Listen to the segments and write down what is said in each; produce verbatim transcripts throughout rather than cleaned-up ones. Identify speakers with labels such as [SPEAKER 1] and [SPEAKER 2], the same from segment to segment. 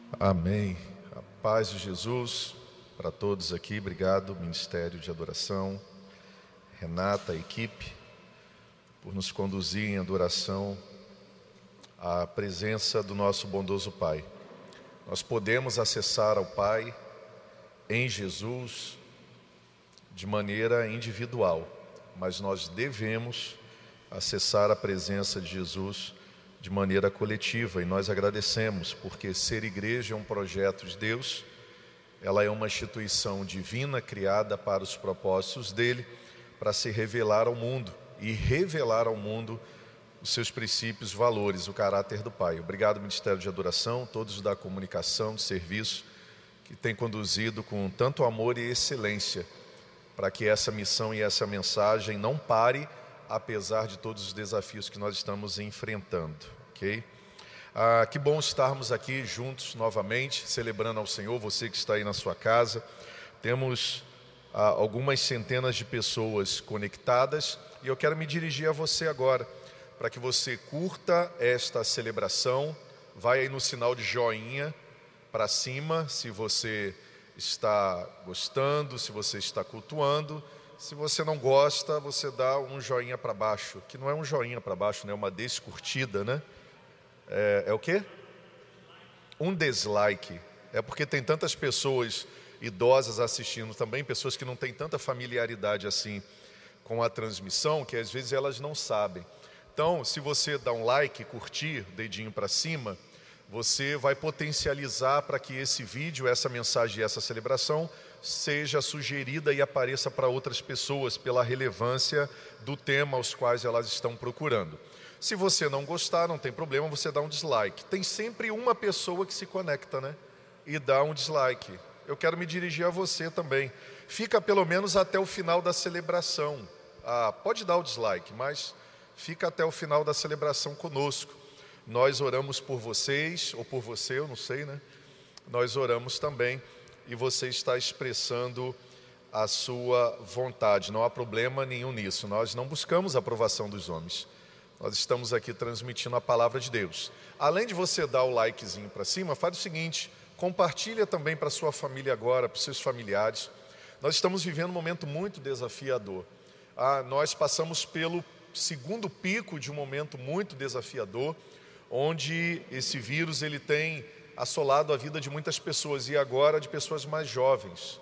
[SPEAKER 1] Amém. A paz de Jesus para todos aqui. Obrigado, Ministério de Adoração, Renata, a equipe, por nos conduzir em adoração à presença do nosso bondoso Pai. Nós podemos acessar ao Pai em Jesus de maneira individual, mas nós devemos acessar a presença de Jesus de maneira coletiva, e nós agradecemos, porque ser igreja é um projeto de Deus, ela é uma instituição divina criada para os propósitos dele, para se revelar ao mundo e revelar ao mundo os seus princípios, valores, o caráter do Pai. Obrigado, Ministério de Adoração, todos da comunicação, de serviço, que tem conduzido com tanto amor e excelência, para que essa missão e essa mensagem não pare, apesar de todos os desafios que nós estamos enfrentando, ok? Ah, que bom estarmos aqui juntos novamente, celebrando ao Senhor, você que está aí na sua casa. Temos ah, algumas centenas de pessoas conectadas, e eu quero me dirigir a você agora, para que você curta esta celebração. Vai aí no sinal de joinha para cima, se você está gostando, se você está cultuando. Se você não gosta, você dá um joinha para baixo, que não é um joinha para baixo, né? É uma descurtida, né? É, é o quê? Um dislike. É porque tem tantas pessoas idosas assistindo também, pessoas que não têm tanta familiaridade assim com a transmissão, que às vezes elas não sabem. Então, se você dá um like, curtir, dedinho para cima, você vai potencializar para que esse vídeo, essa mensagem e essa celebração seja sugerida e apareça para outras pessoas pela relevância do tema aos quais elas estão procurando. Se você não gostar, não tem problema, você dá um dislike. Tem sempre uma pessoa que se conecta, né? E dá um dislike. Eu quero me dirigir a você também. Fica pelo menos até o final da celebração. Ah, pode dar o dislike, mas fica até o final da celebração conosco. Nós oramos por vocês, ou por você, eu não sei, né? Nós oramos também, e você está expressando a sua vontade. Não há problema nenhum nisso. Nós não buscamos a aprovação dos homens. Nós estamos aqui transmitindo a palavra de Deus. Além de você dar o likezinho para cima, faz o seguinte: compartilha também para a sua família agora, para os seus familiares. Nós estamos vivendo um momento muito desafiador. Ah, nós passamos pelo segundo pico de um momento muito desafiador, onde esse vírus ele tem assolado a vida de muitas pessoas, e agora de pessoas mais jovens.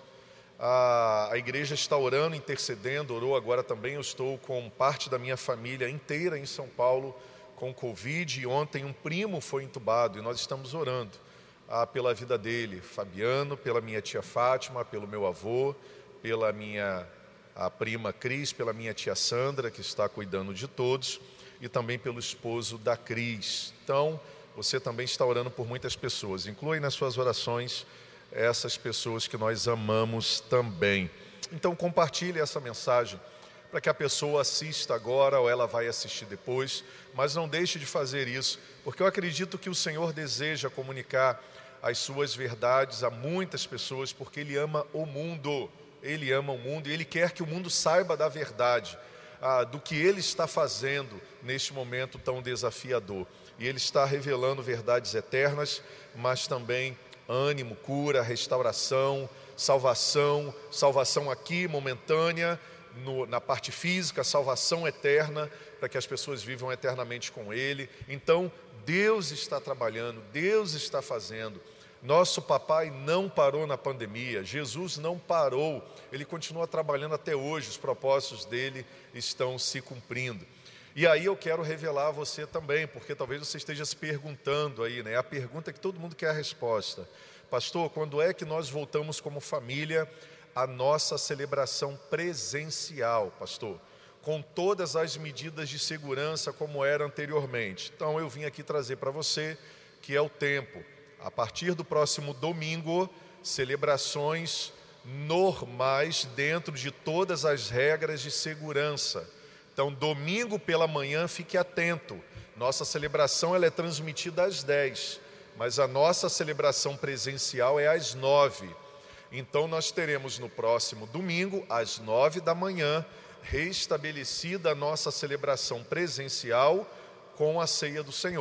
[SPEAKER 1] A, a igreja está orando, intercedendo, orou agora também. Eu estou com parte da minha família inteira em São Paulo com Covid, e ontem um primo foi entubado, e nós estamos orando ah, pela vida dele, Fabiano, pela minha tia Fátima, pelo meu avô, pela minha a prima Cris, pela minha tia Sandra, que está cuidando de todos, e também pelo esposo da Cris. Então, você também está orando por muitas pessoas. Inclui nas suas orações essas pessoas que nós amamos também. Então, compartilhe essa mensagem para que a pessoa assista agora ou ela vai assistir depois, mas não deixe de fazer isso, porque eu acredito que o Senhor deseja comunicar as suas verdades a muitas pessoas, porque Ele ama o mundo, Ele ama o mundo e Ele quer que o mundo saiba da verdade, ah, do que Ele está fazendo neste momento tão desafiador. E Ele está revelando verdades eternas, mas também ânimo, cura, restauração, salvação, salvação aqui momentânea, no, na parte física, salvação eterna, para que as pessoas vivam eternamente com Ele. Então, Deus está trabalhando, Deus está fazendo. Nosso papai não parou na pandemia, Jesus não parou, Ele continua trabalhando até hoje, os propósitos dEle estão se cumprindo. E aí eu quero revelar a você também, porque talvez você esteja se perguntando aí, né? A pergunta que todo mundo quer a resposta. Pastor, quando é que nós voltamos como família à nossa celebração presencial, pastor? Com todas as medidas de segurança como era anteriormente. Então eu vim aqui trazer para você que é o tempo. A partir do próximo domingo, celebrações normais dentro de todas as regras de segurança. Então, domingo pela manhã, fique atento. Nossa celebração ela é transmitida às dez, mas a nossa celebração presencial é às nove. Então, nós teremos no próximo domingo, às nove da manhã, restabelecida a nossa celebração presencial com a ceia do Senhor.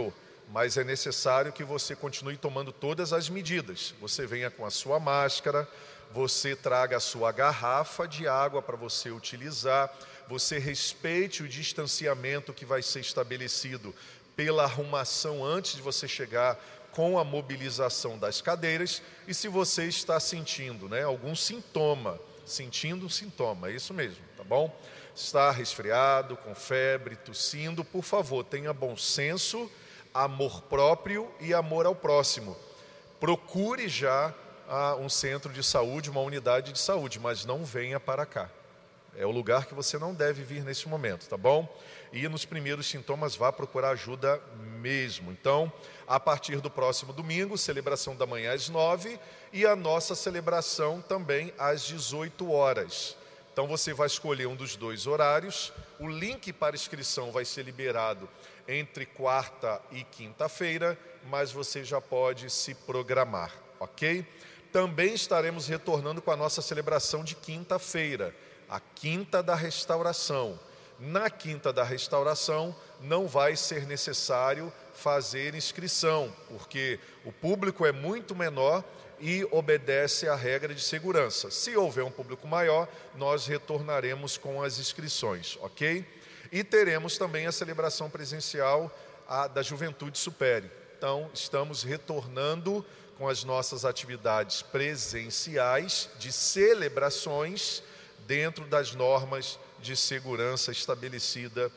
[SPEAKER 1] mas é necessário que você continue tomando todas as medidas. Você venha com a sua máscara, você traga a sua garrafa de água para você utilizar, você respeite o distanciamento que vai ser estabelecido pela arrumação antes de você chegar com a mobilização das cadeiras. E se você está sentindo, né, algum sintoma, sentindo um sintoma, é isso mesmo, tá bom? Está resfriado, com febre, tossindo, por favor, tenha bom senso, amor próprio e amor ao próximo. Procure já ah, um centro de saúde, uma unidade de saúde, mas não venha para cá. É o lugar que você não deve vir nesse momento, tá bom? E nos primeiros sintomas, vá procurar ajuda mesmo. Então, a partir do próximo domingo, celebração da manhã às nove e a nossa celebração também às dezoito horas. Então, você vai escolher um dos dois horários. O link para inscrição vai ser liberado entre quarta e quinta-feira, mas você já pode se programar, ok? Também estaremos retornando com a nossa celebração de quinta-feira, a Quinta da Restauração. Na Quinta da Restauração não vai ser necessário fazer inscrição, porque o público é muito menor e obedece à regra de segurança. Se houver um público maior, nós retornaremos com as inscrições, ok? E teremos também a celebração presencial a, da Juventude Supere. Então, estamos retornando com as nossas atividades presenciais de celebrações dentro das normas de segurança estabelecida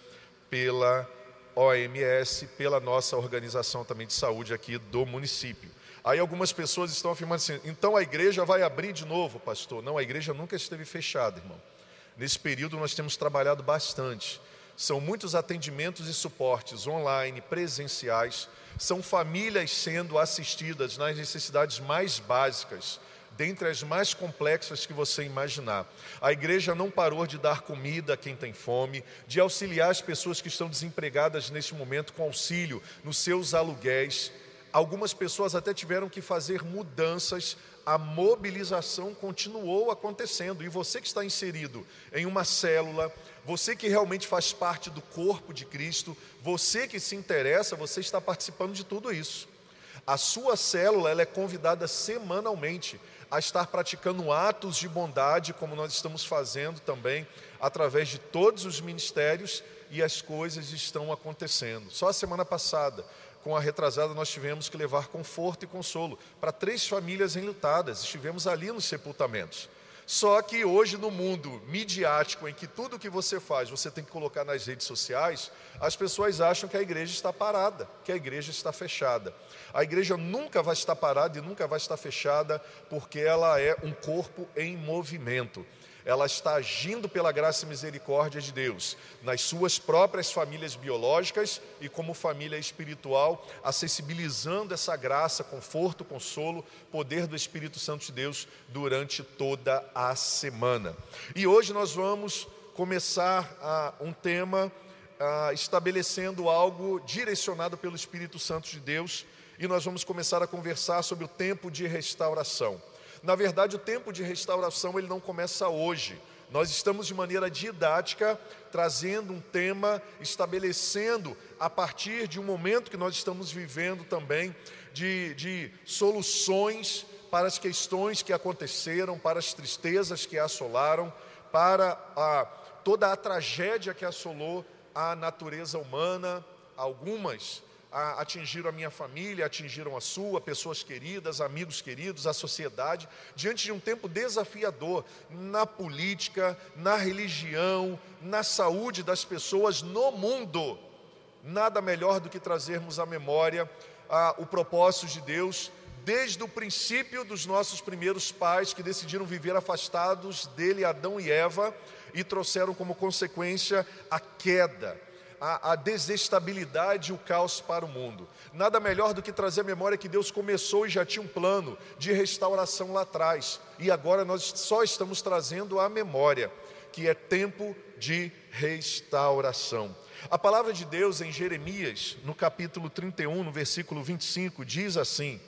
[SPEAKER 1] pela O M S, pela nossa organização também de saúde aqui do município. Aí algumas pessoas estão afirmando assim, então a igreja vai abrir de novo, pastor? Não, a igreja nunca esteve fechada, irmão. Nesse período nós temos trabalhado bastante. São muitos atendimentos e suportes online, presenciais, são famílias sendo assistidas nas necessidades mais básicas, dentre as mais complexas que você imaginar. A igreja não parou de dar comida a quem tem fome, de auxiliar as pessoas que estão desempregadas neste momento com auxílio nos seus aluguéis. Algumas pessoas até tiveram que fazer mudanças, a mobilização continuou acontecendo. E você que está inserido em uma célula, você que realmente faz parte do corpo de Cristo, você que se interessa, você está participando de tudo isso. A sua célula ela é convidada semanalmente a estar praticando atos de bondade, como nós estamos fazendo também, através de todos os ministérios, e as coisas estão acontecendo. Só a semana passada, com a retrasada, nós tivemos que levar conforto e consolo para três famílias enlutadas, estivemos ali nos sepultamentos. Só que hoje no mundo midiático, em que tudo que você faz, você tem que colocar nas redes sociais, as pessoas acham que a igreja está parada, que a igreja está fechada. A igreja nunca vai estar parada e nunca vai estar fechada, porque ela é um corpo em movimento. Ela está agindo pela graça e misericórdia de Deus, nas suas próprias famílias biológicas e como família espiritual, acessibilizando essa graça, conforto, consolo, poder do Espírito Santo de Deus durante toda a semana. E hoje nós vamos começar a, um tema a, estabelecendo algo direcionado pelo Espírito Santo de Deus, e nós vamos começar a conversar sobre o tempo de restauração. Na verdade, o tempo de restauração ele não começa hoje. Nós estamos de maneira didática trazendo um tema, estabelecendo a partir de um momento que nós estamos vivendo também de, de soluções para as questões que aconteceram, para as tristezas que assolaram, para a, toda a tragédia que assolou a natureza humana. Algumas atingiram a minha família, atingiram a sua, pessoas queridas, amigos queridos, a sociedade, diante de um tempo desafiador na política, na religião, na saúde das pessoas, no mundo. Nada melhor do que trazermos à memória ah, o propósito de Deus, desde o princípio dos nossos primeiros pais, que decidiram viver afastados dele, Adão e Eva, e trouxeram como consequência a queda, A, a desestabilidade e o caos para o mundo. Nada melhor do que trazer a memória que Deus começou e já tinha um plano de restauração lá atrás. E agora nós só estamos trazendo a memória, que é tempo de restauração. A palavra de Deus em Jeremias, no capítulo trinta e um, no versículo vinte e cinco, diz assim: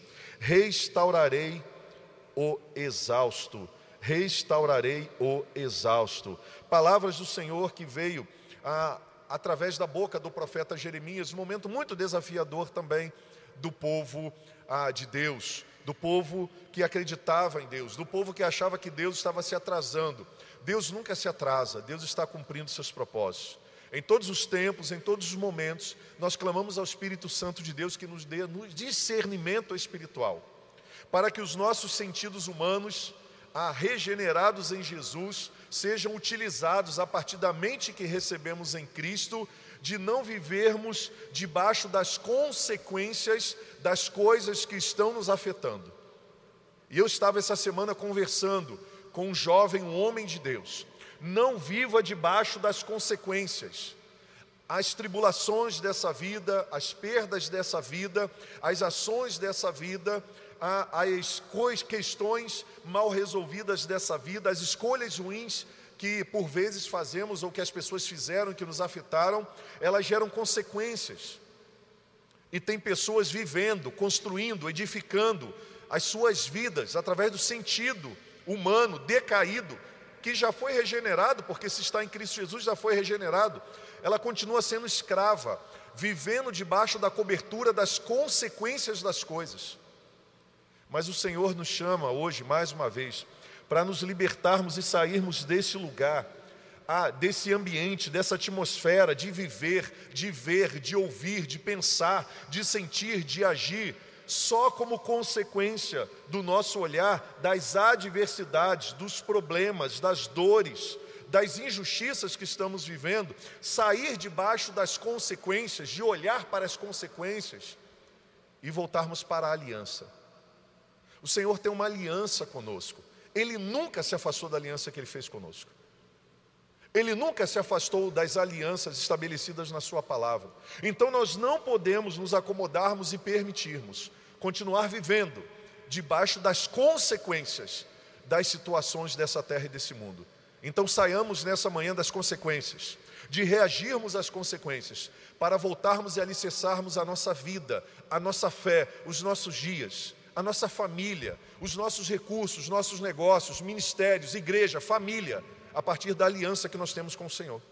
[SPEAKER 1] restaurarei o exausto, restaurarei o exausto. Palavras do Senhor que veio a através da boca do profeta Jeremias, um momento muito desafiador também do povo ah, de Deus, do povo que acreditava em Deus, do povo que achava que Deus estava se atrasando. Deus nunca se atrasa, Deus está cumprindo seus propósitos. Em todos os tempos, em todos os momentos, nós clamamos ao Espírito Santo de Deus que nos dê discernimento espiritual, para que os nossos sentidos humanos, ah, regenerados em Jesus, sejam utilizados a partir da mente que recebemos em Cristo, de não vivermos debaixo das consequências das coisas que estão nos afetando. E eu estava essa semana conversando com um jovem, um homem de Deus. Não viva debaixo das consequências. As tribulações dessa vida, as perdas dessa vida, as ações dessa vida, as questões mal resolvidas dessa vida, as escolhas ruins que por vezes fazemos ou que as pessoas fizeram, que nos afetaram, elas geram consequências. E tem pessoas vivendo, construindo, edificando as suas vidas através do sentido humano decaído, que já foi regenerado, porque se está em Cristo Jesus já foi regenerado. Ela continua sendo escrava, vivendo debaixo da cobertura das consequências das coisas. Mas o Senhor nos chama hoje, mais uma vez, para nos libertarmos e sairmos desse lugar, ah, desse ambiente, dessa atmosfera de viver, de ver, de ouvir, de pensar, de sentir, de agir, só como consequência do nosso olhar das adversidades, dos problemas, das dores, das injustiças que estamos vivendo, sair debaixo das consequências, de olhar para as consequências e voltarmos para a aliança. O Senhor tem uma aliança conosco. Ele nunca se afastou da aliança que Ele fez conosco. Ele nunca se afastou das alianças estabelecidas na sua palavra. Então nós não podemos nos acomodarmos e permitirmos continuar vivendo debaixo das consequências das situações dessa terra e desse mundo. Então saiamos nessa manhã das consequências, de reagirmos às consequências, para voltarmos e alicerçarmos a nossa vida, a nossa fé, os nossos dias, a nossa família, os nossos recursos, nossos negócios, ministérios, igreja, família, a partir da aliança que nós temos com o Senhor.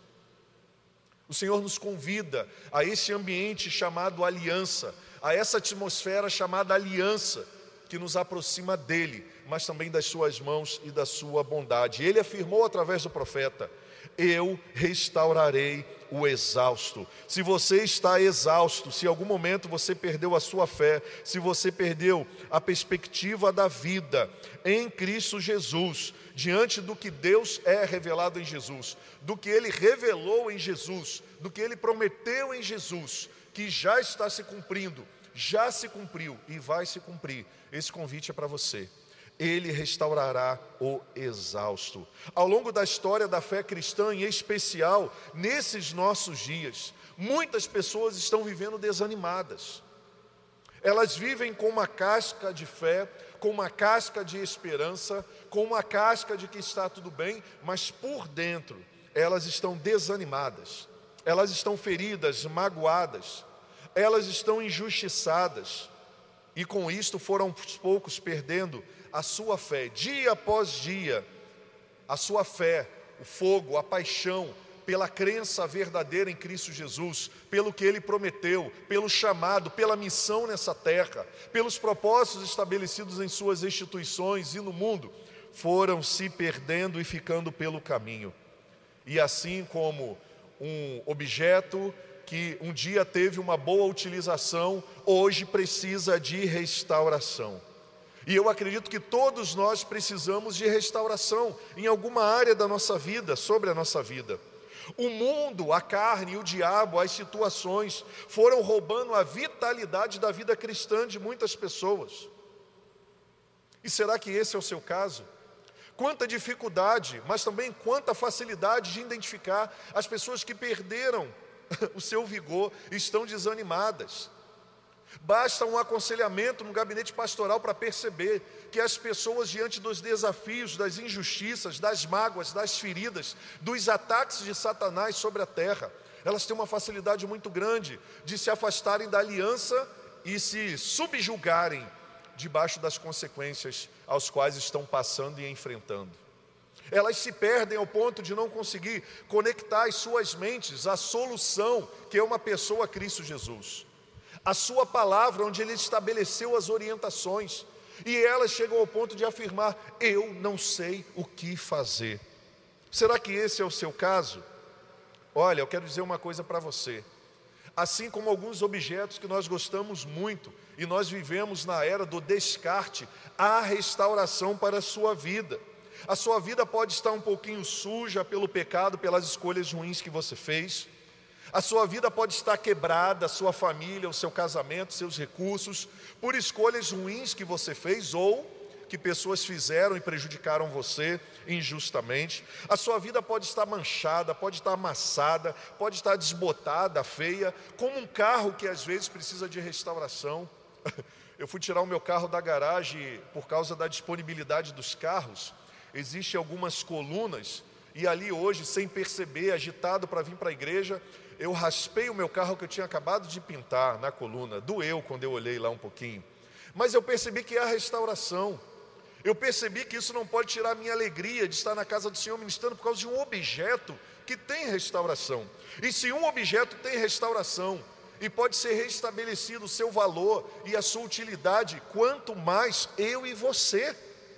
[SPEAKER 1] O Senhor nos convida a esse ambiente chamado aliança, a essa atmosfera chamada aliança, que nos aproxima dEle, mas também das suas mãos e da sua bondade. Ele afirmou através do profeta: eu restaurarei o exausto. Se você está exausto, se em algum momento você perdeu a sua fé, se você perdeu a perspectiva da vida em Cristo Jesus, diante do que Deus é revelado em Jesus, do que Ele revelou em Jesus, do que Ele prometeu em Jesus, que já está se cumprindo, já se cumpriu e vai se cumprir, esse convite é para você. Ele restaurará o exausto. Ao longo da história da fé cristã, em especial nesses nossos dias, muitas pessoas estão vivendo desanimadas. Elas vivem com uma casca de fé, com uma casca de esperança, com uma casca de que está tudo bem, mas por dentro elas estão desanimadas, elas estão feridas, magoadas, elas estão injustiçadas, e com isto foram aos poucos perdendo a sua fé, dia após dia, a sua fé, o fogo, a paixão pela crença verdadeira em Cristo Jesus, pelo que Ele prometeu, pelo chamado, pela missão nessa terra, pelos propósitos estabelecidos em suas instituições e no mundo, foram se perdendo e ficando pelo caminho. E assim como um objeto que um dia teve uma boa utilização, hoje precisa de restauração. E eu acredito que todos nós precisamos de restauração em alguma área da nossa vida, sobre a nossa vida. O mundo, a carne, o diabo, as situações foram roubando a vitalidade da vida cristã de muitas pessoas. E será que esse é o seu caso? Quanta dificuldade, mas também quanta facilidade de identificar as pessoas que perderam o seu vigor, estão desanimadas. Basta um aconselhamento no gabinete pastoral para perceber que as pessoas, diante dos desafios, das injustiças, das mágoas, das feridas, dos ataques de Satanás sobre a terra, elas têm uma facilidade muito grande de se afastarem da aliança e se subjugarem debaixo das consequências aos quais estão passando e enfrentando. Elas se perdem ao ponto de não conseguir conectar as suas mentes à solução que é uma pessoa, Cristo Jesus. A sua palavra, onde Ele estabeleceu as orientações. E elas chegam ao ponto de afirmar: eu não sei o que fazer. Será que esse é o seu caso? Olha, eu quero dizer uma coisa para você. Assim como alguns objetos que nós gostamos muito, e nós vivemos na era do descarte, há restauração para a sua vida. A sua vida pode estar um pouquinho suja pelo pecado, pelas escolhas ruins que você fez. A sua vida pode estar quebrada, a sua família, o seu casamento, seus recursos, por escolhas ruins que você fez ou que pessoas fizeram e prejudicaram você injustamente. A sua vida pode estar manchada, pode estar amassada, pode estar desbotada, feia, como um carro que às vezes precisa de restauração. Eu fui tirar o meu carro da garagem por causa da disponibilidade dos carros. Existem algumas colunas e ali hoje, sem perceber, agitado para vir para a igreja, eu raspei o meu carro que eu tinha acabado de pintar na coluna. Doeu quando eu olhei lá um pouquinho. Mas eu percebi que é a restauração. Eu percebi que isso não pode tirar a minha alegria de estar na casa do Senhor ministrando por causa de um objeto que tem restauração. E se um objeto tem restauração e pode ser restabelecido o seu valor e a sua utilidade, quanto mais eu e você.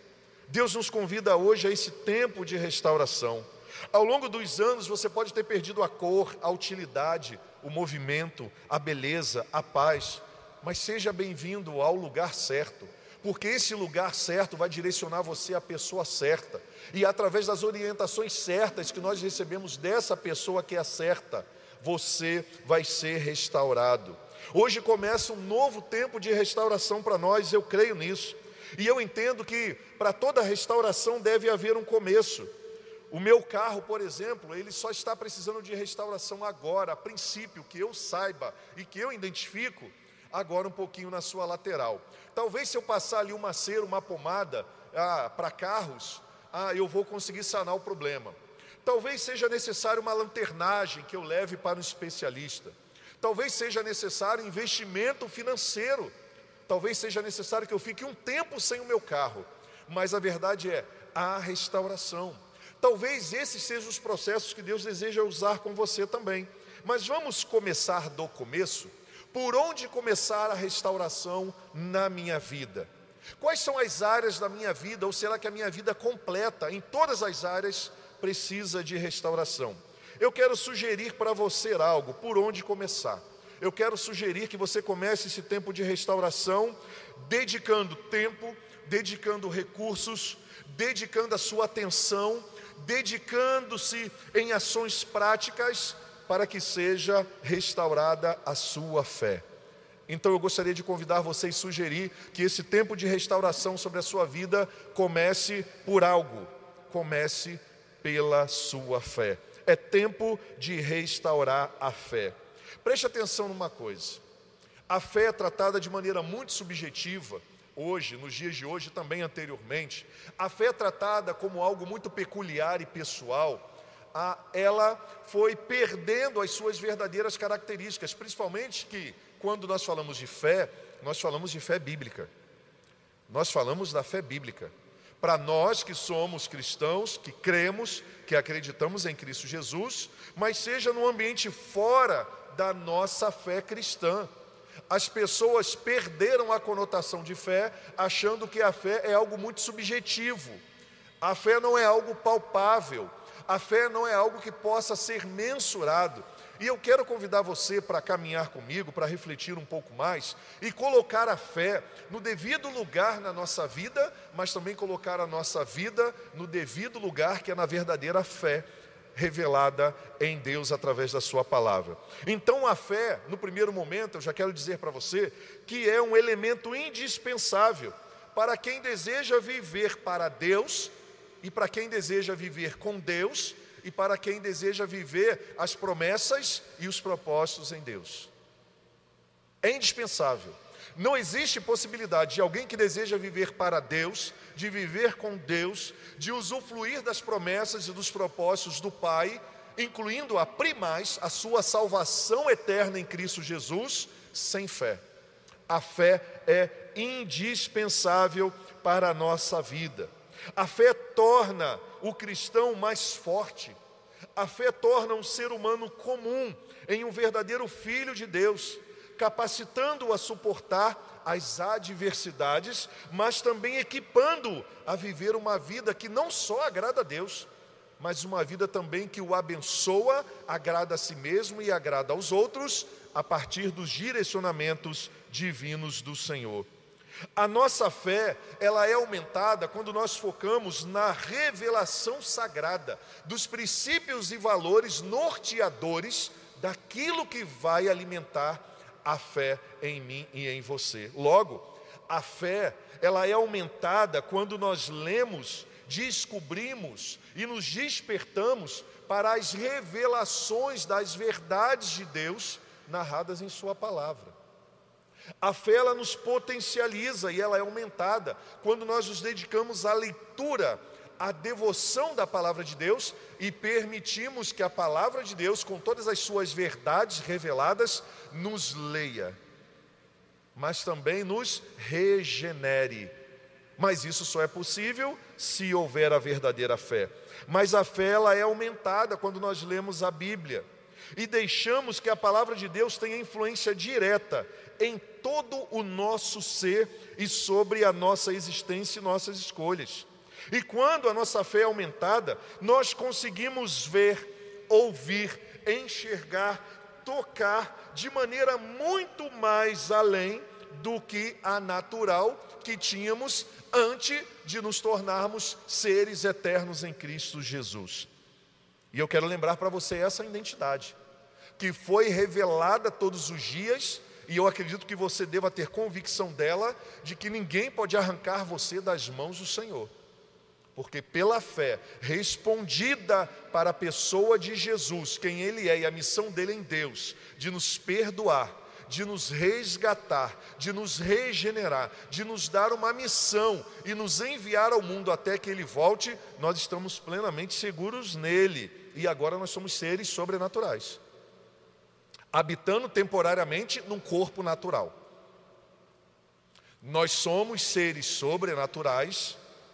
[SPEAKER 1] Deus nos convida hoje a esse tempo de restauração. Ao longo dos anos você pode ter perdido a cor, a utilidade, o movimento, a beleza, a paz, mas seja bem-vindo ao lugar certo, porque esse lugar certo vai direcionar você à pessoa certa, e através das orientações certas que nós recebemos dessa pessoa que é a certa, você vai ser restaurado. Hoje começa um novo tempo de restauração para nós, eu creio nisso. E eu entendo que para toda restauração deve haver um começo. O meu carro, por exemplo, ele só está precisando de restauração agora, a princípio, que eu saiba e que eu identifico, agora um pouquinho na sua lateral. Talvez se eu passar ali uma cera, uma pomada ah, para carros, ah, eu vou conseguir sanar o problema. Talvez seja necessário uma lanternagem que eu leve para um especialista. Talvez seja necessário investimento financeiro. Talvez seja necessário que eu fique um tempo sem o meu carro, mas a verdade é, há restauração. Talvez esses sejam os processos que Deus deseja usar com você também. Mas vamos começar do começo. Por onde começar a restauração na minha vida? Quais são as áreas da minha vida, ou será que a minha vida completa, em todas as áreas, precisa de restauração? Eu quero sugerir para você algo, por onde começar. Eu quero sugerir que você comece esse tempo de restauração dedicando tempo, dedicando recursos, dedicando a sua atenção, dedicando-se em ações práticas para que seja restaurada a sua fé. Então eu gostaria de convidar você e sugerir que esse tempo de restauração sobre a sua vida comece por algo, comece pela sua fé. É tempo de restaurar a fé. Preste atenção numa coisa, a fé é tratada de maneira muito subjetiva, hoje, nos dias de hoje, também anteriormente. A fé é tratada como algo muito peculiar e pessoal, a, ela foi perdendo as suas verdadeiras características, principalmente que, quando nós falamos de fé, nós falamos de fé bíblica, nós falamos da fé bíblica. Para nós que somos cristãos, que cremos, que acreditamos em Cristo Jesus, mas seja no ambiente fora da nossa fé cristã. As pessoas perderam a conotação de fé, achando que a fé é algo muito subjetivo. A fé não é algo palpável, a fé não é algo que possa ser mensurado. E eu quero convidar você para caminhar comigo, para refletir um pouco mais e colocar a fé no devido lugar na nossa vida, mas também colocar a nossa vida no devido lugar que é na verdadeira fé revelada em Deus através da sua palavra. Então a fé, no primeiro momento, eu já quero dizer para você que é um elemento indispensável para quem deseja viver para Deus e para quem deseja viver com Deus e para quem deseja viver as promessas e os propósitos em Deus. É indispensável. Não existe possibilidade de alguém que deseja viver para Deus, de viver com Deus, de usufruir das promessas e dos propósitos do Pai, incluindo a primaz, a sua salvação eterna em Cristo Jesus, sem fé. A fé é indispensável para a nossa vida. A fé torna o cristão mais forte. A fé torna um ser humano comum em um verdadeiro filho de Deus, capacitando-o a suportar as adversidades, mas também equipando-o a viver uma vida que não só agrada a Deus, mas uma vida também que o abençoa, agrada a si mesmo e agrada aos outros, a partir dos direcionamentos divinos do Senhor. A nossa fé, ela é aumentada quando nós focamos na revelação sagrada dos princípios e valores norteadores daquilo que vai alimentar a fé em mim e em você. Logo, a fé, ela é aumentada quando nós lemos, descobrimos e nos despertamos para as revelações das verdades de Deus narradas em sua palavra. A fé, ela nos potencializa e ela é aumentada quando nós nos dedicamos à leitura, à devoção da palavra de Deus e permitimos que a palavra de Deus, com todas as suas verdades reveladas, nos leia, mas também nos regenere. Mas isso só é possível se houver a verdadeira fé. Mas a fé, ela é aumentada quando nós lemos a Bíblia e deixamos que a palavra de Deus tenha influência direta em todo o nosso ser e sobre a nossa existência e nossas escolhas. E quando a nossa fé é aumentada, nós conseguimos ver, ouvir, enxergar, tocar de maneira muito mais além do que a natural que tínhamos antes de nos tornarmos seres eternos em Cristo Jesus. E eu quero lembrar para você essa identidade, que foi revelada todos os dias, e eu acredito que você deva ter convicção dela, de que ninguém pode arrancar você das mãos do Senhor. Porque pela fé respondida para a pessoa de Jesus, quem Ele é e a missão dele em Deus, de nos perdoar, de nos resgatar, de nos regenerar, de nos dar uma missão e nos enviar ao mundo até que Ele volte, nós estamos plenamente seguros nele. E agora nós somos seres sobrenaturais, habitando temporariamente num corpo natural. Nós somos seres sobrenaturais,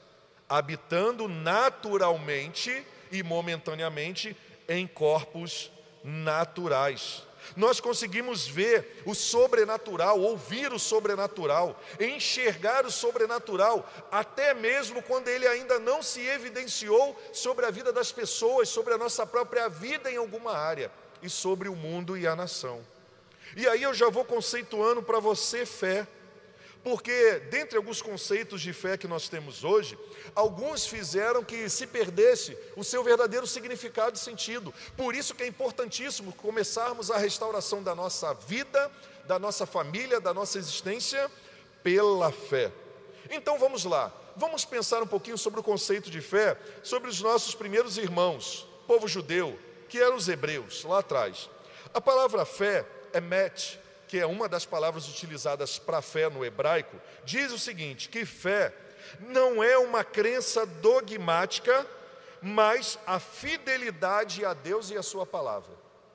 [SPEAKER 1] habitando naturalmente e momentaneamente em corpos naturais. Nós conseguimos ver o sobrenatural, ouvir o sobrenatural, enxergar o sobrenatural, até mesmo quando ele ainda não se evidenciou sobre a vida das pessoas, sobre a nossa própria vida em alguma área, e sobre o mundo e a nação. E aí eu já vou conceituando para você fé, porque dentre alguns conceitos de fé que nós temos hoje, alguns fizeram que se perdesse o seu verdadeiro significado e sentido. Por isso que é importantíssimo começarmos a restauração da nossa vida, da nossa família, da nossa existência, pela fé. Então vamos lá, vamos pensar um pouquinho sobre o conceito de fé, sobre os nossos primeiros irmãos, povo judeu, que eram os hebreus, lá atrás. A palavra fé, emet, que é uma das palavras utilizadas para fé no hebraico, diz o seguinte, que fé não é uma crença dogmática, mas a fidelidade a Deus e a sua palavra.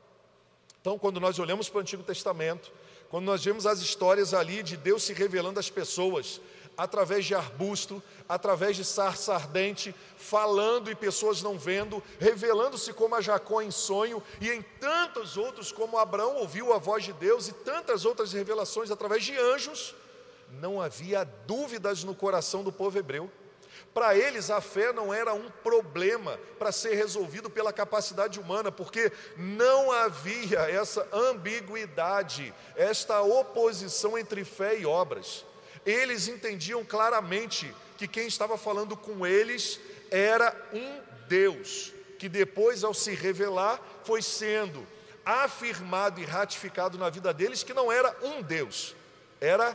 [SPEAKER 1] Então, quando nós olhamos para o Antigo Testamento, quando nós vemos as histórias ali de Deus se revelando às pessoas, através de arbusto, através de sarça ardente, falando e pessoas não vendo, revelando-se como a Jacó em sonho, e em tantos outros como Abraão ouviu a voz de Deus, e tantas outras revelações através de anjos, não havia dúvidas no coração do povo hebreu. Para eles a fé não era um problema para ser resolvido pela capacidade humana, porque não havia essa ambiguidade, esta oposição entre fé e obras. Eles entendiam claramente que quem estava falando com eles era um Deus, que depois, ao se revelar, foi sendo afirmado e ratificado na vida deles que não era um Deus, era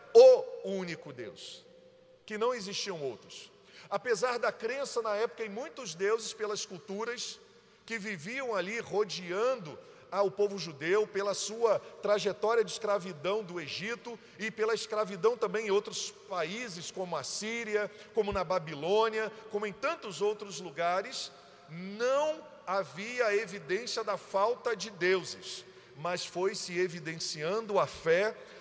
[SPEAKER 1] o único Deus, que não existiam outros. Apesar da crença na época em muitos deuses pelas culturas que viviam ali rodeando ao povo judeu, pela sua trajetória de escravidão do Egito e pela escravidão também em outros países, como a Síria, como na Babilônia, como em tantos outros lugares, não havia evidência da falta de deuses, mas foi se evidenciando a fé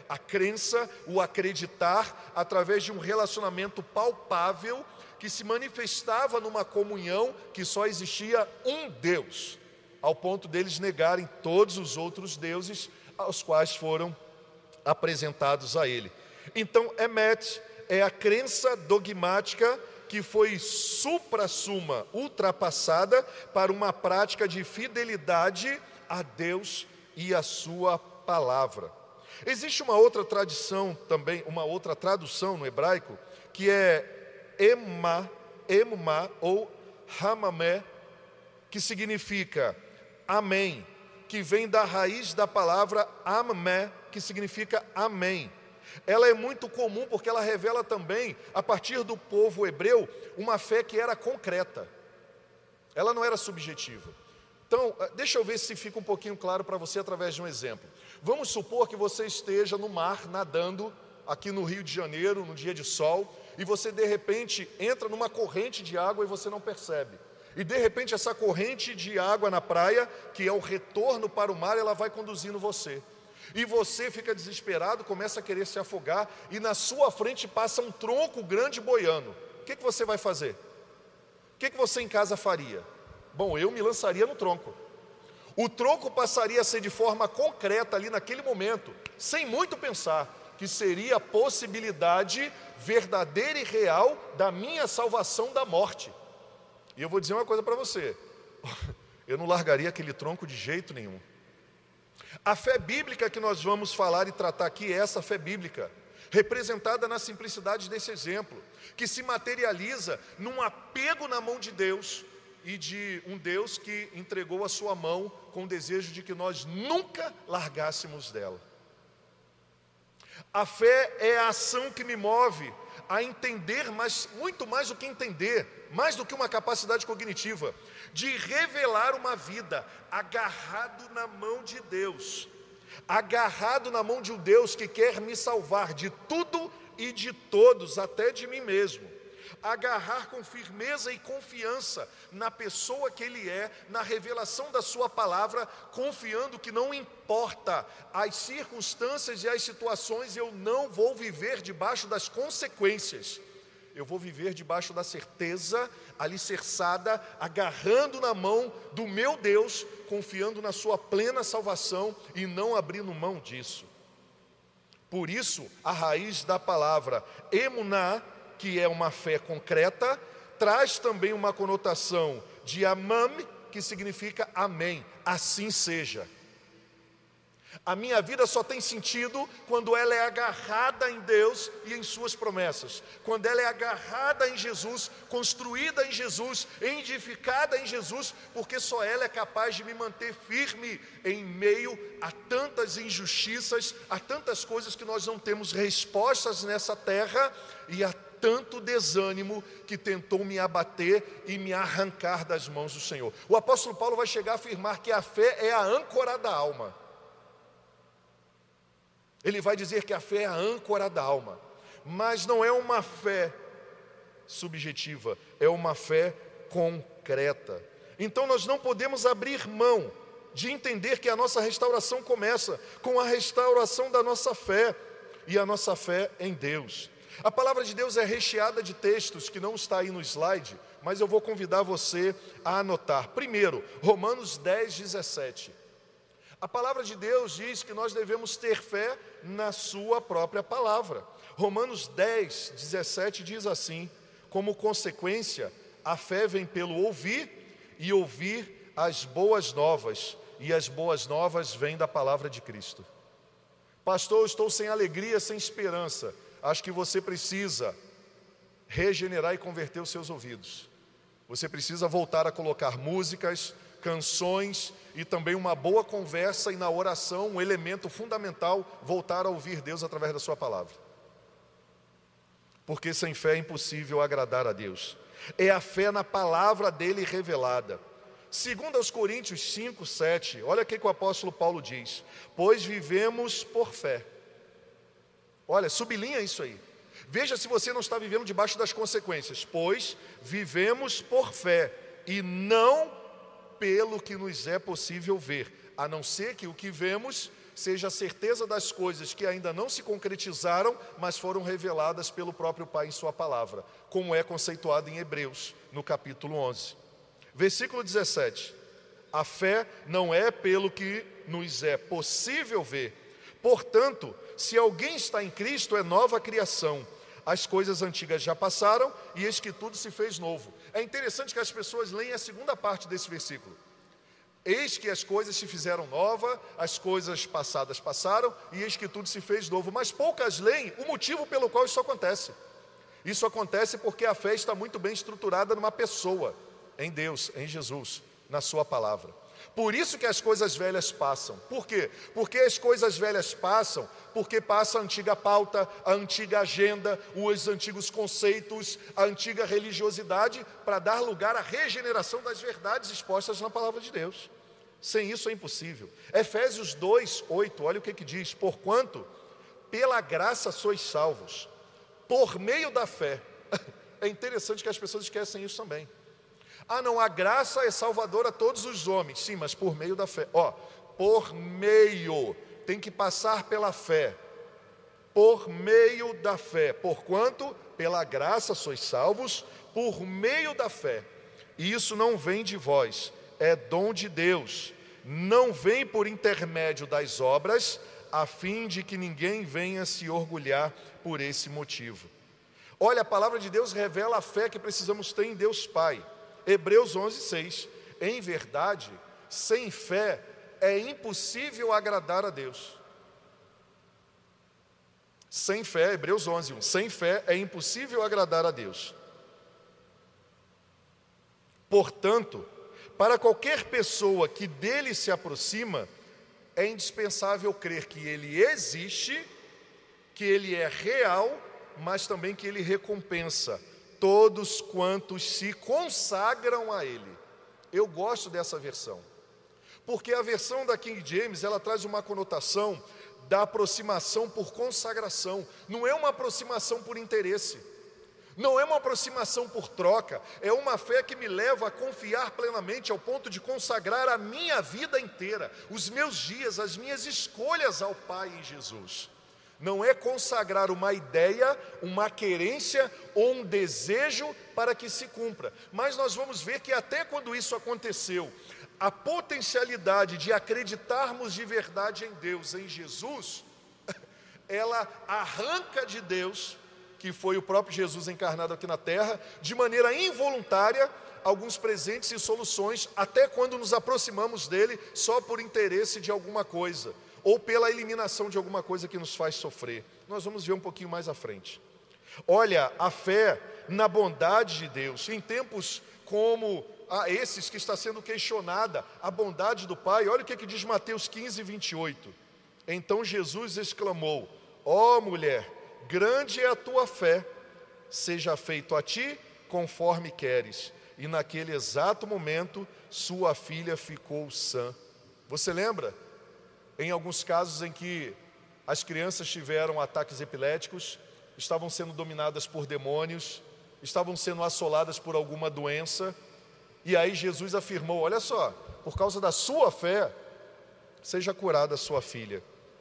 [SPEAKER 1] a crença, o acreditar, através de um relacionamento palpável que se manifestava numa comunhão que só existia um Deus, ao ponto deles negarem todos os outros deuses aos quais foram apresentados a ele. Então, emet é a crença dogmática que foi supra-suma, ultrapassada para uma prática de fidelidade a Deus e a sua palavra. Existe uma outra tradição também, uma outra tradução no hebraico, que é emma, emma ou hamamé, que significa amém, que vem da raiz da palavra amé, que significa amém. Ela é muito comum porque ela revela também, a partir do povo hebreu, uma fé que era concreta. Ela não era subjetiva. Então, deixa eu ver se fica um pouquinho claro para você através de um exemplo. Vamos supor que você esteja no mar, nadando, aqui no Rio de Janeiro, num dia de sol, e você de repente entra numa corrente de água e você não percebe. E de repente essa corrente de água na praia, que é o retorno para o mar, ela vai conduzindo você. E você fica desesperado, começa a querer se afogar, e na sua frente passa um tronco grande boiando. O que, que você vai fazer? O que, que você em casa faria? Bom, eu me lançaria no tronco. O tronco passaria a ser de forma concreta ali naquele momento, sem muito pensar, que seria a possibilidade verdadeira e real da minha salvação da morte. E eu vou dizer uma coisa para você, eu não largaria aquele tronco de jeito nenhum. A fé bíblica que nós vamos falar e tratar aqui é essa fé bíblica, representada na simplicidade desse exemplo, que se materializa num apego na mão de Deus, e de um Deus que entregou a sua mão com o desejo de que nós nunca largássemos dela. A fé é a ação que me move a entender, mas muito mais do que entender, mais do que uma capacidade cognitiva, de revelar uma vida agarrado na mão de Deus, agarrado na mão de um Deus que quer me salvar de tudo e de todos, até de mim mesmo. Agarrar com firmeza e confiança na pessoa que Ele é, na revelação da sua palavra, confiando que não importa as circunstâncias e as situações, eu não vou viver debaixo das consequências, eu vou viver debaixo da certeza, alicerçada, agarrando na mão do meu Deus, confiando na sua plena salvação e não abrindo mão disso. Por isso, a raiz da palavra emuná, que é uma fé concreta, traz também uma conotação de amam, que significa amém, assim seja. A minha vida só tem sentido quando ela é agarrada em Deus e em suas promessas, quando ela é agarrada em Jesus, construída em Jesus, edificada em Jesus, porque só ela é capaz de me manter firme em meio a tantas injustiças, a tantas coisas que nós não temos respostas nessa terra, e a tanto desânimo que tentou me abater e me arrancar das mãos do Senhor. O apóstolo Paulo vai chegar a afirmar que a fé é a âncora da alma. Ele vai dizer que a fé é a âncora da alma, mas não é uma fé subjetiva, é uma fé concreta. Então nós não podemos abrir mão de entender que a nossa restauração começa com a restauração da nossa fé, e a nossa fé em Deus. A palavra de Deus é recheada de textos que não está aí no slide, mas eu vou convidar você a anotar. Primeiro, Romanos dez, dezessete. A palavra de Deus diz que nós devemos ter fé na sua própria palavra. Romanos dez, dezessete diz assim: como consequência, a fé vem pelo ouvir, e ouvir as boas novas, e as boas novas vêm da palavra de Cristo. Pastor, eu estou sem alegria, sem esperança. Acho que você precisa regenerar e converter os seus ouvidos. Você precisa voltar a colocar músicas, canções e também uma boa conversa, e na oração, um elemento fundamental, voltar a ouvir Deus através da sua palavra. Porque sem fé é impossível agradar a Deus. É a fé na palavra dele revelada. Segundo aos Coríntios cinco, sete, olha o que o apóstolo Paulo diz: pois vivemos por fé. Olha, sublinha isso aí. Veja se você não está vivendo debaixo das consequências. Pois vivemos por fé, e não pelo que nos é possível ver, a não ser que o que vemos seja a certeza das coisas que ainda não se concretizaram, mas foram reveladas pelo próprio Pai em sua palavra, como é conceituado em Hebreus, no capítulo onze. Versículo dezessete. A fé não é pelo que nos é possível ver. Portanto, se alguém está em Cristo, é nova criação. As coisas antigas já passaram e eis que tudo se fez novo. É interessante que as pessoas leem a segunda parte desse versículo. Eis que as coisas se fizeram novas, as coisas passadas passaram e eis que tudo se fez novo. Mas poucas leem o motivo pelo qual isso acontece. Isso acontece porque a fé está muito bem estruturada numa pessoa, em Deus, em Jesus, na sua palavra. Por isso que as coisas velhas passam. Por quê? Porque as coisas velhas passam, porque passa a antiga pauta, a antiga agenda, os antigos conceitos, a antiga religiosidade, para dar lugar à regeneração das verdades expostas na palavra de Deus. Sem isso é impossível. Efésios dois, oito, olha o que que diz: porquanto, pela graça sois salvos, por meio da fé. É interessante que as pessoas esquecem isso também. Ah não, a graça é salvadora a todos os homens. Sim, mas por meio da fé. Ó, por meio, tem que passar pela fé. Por meio da fé. Porquanto, pela graça sois salvos, por meio da fé. E isso não vem de vós, é dom de Deus. Não vem por intermédio das obras, a fim de que ninguém venha se orgulhar por esse motivo. Olha, a palavra de Deus revela a fé que precisamos ter em Deus Pai. Hebreus onze, seis. Em verdade, sem fé é impossível agradar a Deus. Sem fé, Hebreus onze, um. Sem fé é impossível agradar a Deus. Portanto, para qualquer pessoa que dele se aproxima, é indispensável crer que ele existe, que ele é real, mas também que ele recompensa todos quantos se consagram a ele. Eu gosto dessa versão, porque a versão da King James, ela traz uma conotação da aproximação por consagração. Não é uma aproximação por interesse, não é uma aproximação por troca, é uma fé que me leva a confiar plenamente ao ponto de consagrar a minha vida inteira, os meus dias, as minhas escolhas ao Pai em Jesus. Não é consagrar uma ideia, uma querência ou um desejo para que se cumpra. Mas nós vamos ver que até quando isso aconteceu, a potencialidade de acreditarmos de verdade em Deus, em Jesus, ela arranca de Deus, que foi o próprio Jesus encarnado aqui na terra, de maneira involuntária, alguns presentes e soluções, até quando nos aproximamos dele só por interesse de alguma coisa, ou pela eliminação de alguma coisa que nos faz sofrer. Nós vamos ver um pouquinho mais à frente. Olha, a fé na bondade de Deus, em tempos como a esses que está sendo questionada, a bondade do Pai. Olha o que, que diz Mateus quinze, vinte e oito. Então Jesus exclamou: ó mulher, grande é a tua fé, seja feito a ti conforme queres. E naquele exato momento, sua filha ficou sã. Você lembra? Em alguns casos em que as crianças tiveram ataques epiléticos, estavam sendo dominadas por demônios, estavam sendo assoladas por alguma doença, e aí Jesus afirmou: olha só, por causa da sua fé, seja curada a sua filha.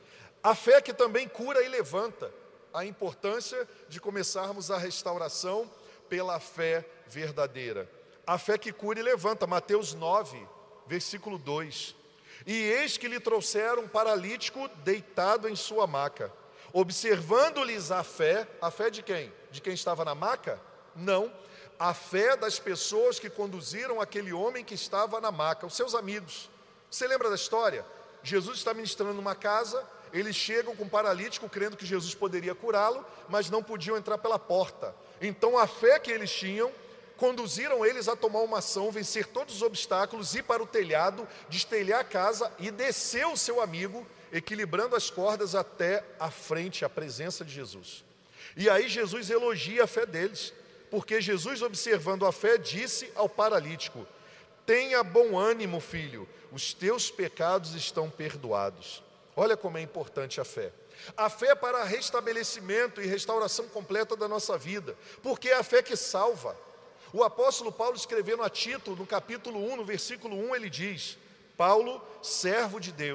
[SPEAKER 1] A fé que também cura e levanta. A importância de começarmos a restauração pela fé verdadeira. A fé que cura e levanta. Mateus nove, versículo dois. E eis que lhe trouxeram um paralítico deitado em sua maca. Observando-lhes a fé, a fé de quem? De quem estava na maca? Não, a fé das pessoas que conduziram aquele homem que estava na maca, os seus amigos. Você lembra da história? Jesus está ministrando numa casa, eles chegam com um paralítico, crendo que Jesus poderia curá-lo, mas não podiam entrar pela porta. Então a fé que eles tinham conduziram eles a tomar uma ação, vencer todos os obstáculos, ir para o telhado, destelhar a casa e descer o seu amigo, equilibrando as cordas até a frente, a presença de Jesus. E aí Jesus elogia a fé deles, porque Jesus, observando a fé, disse ao paralítico: tenha bom ânimo, filho, os teus pecados estão perdoados. Olha como é importante a fé. A fé para restabelecimento e restauração completa da nossa vida, porque é a fé que salva. O apóstolo Paulo, escrevendo a Tito, no capítulo um, no versículo um, ele diz: Paulo, servo de Deus,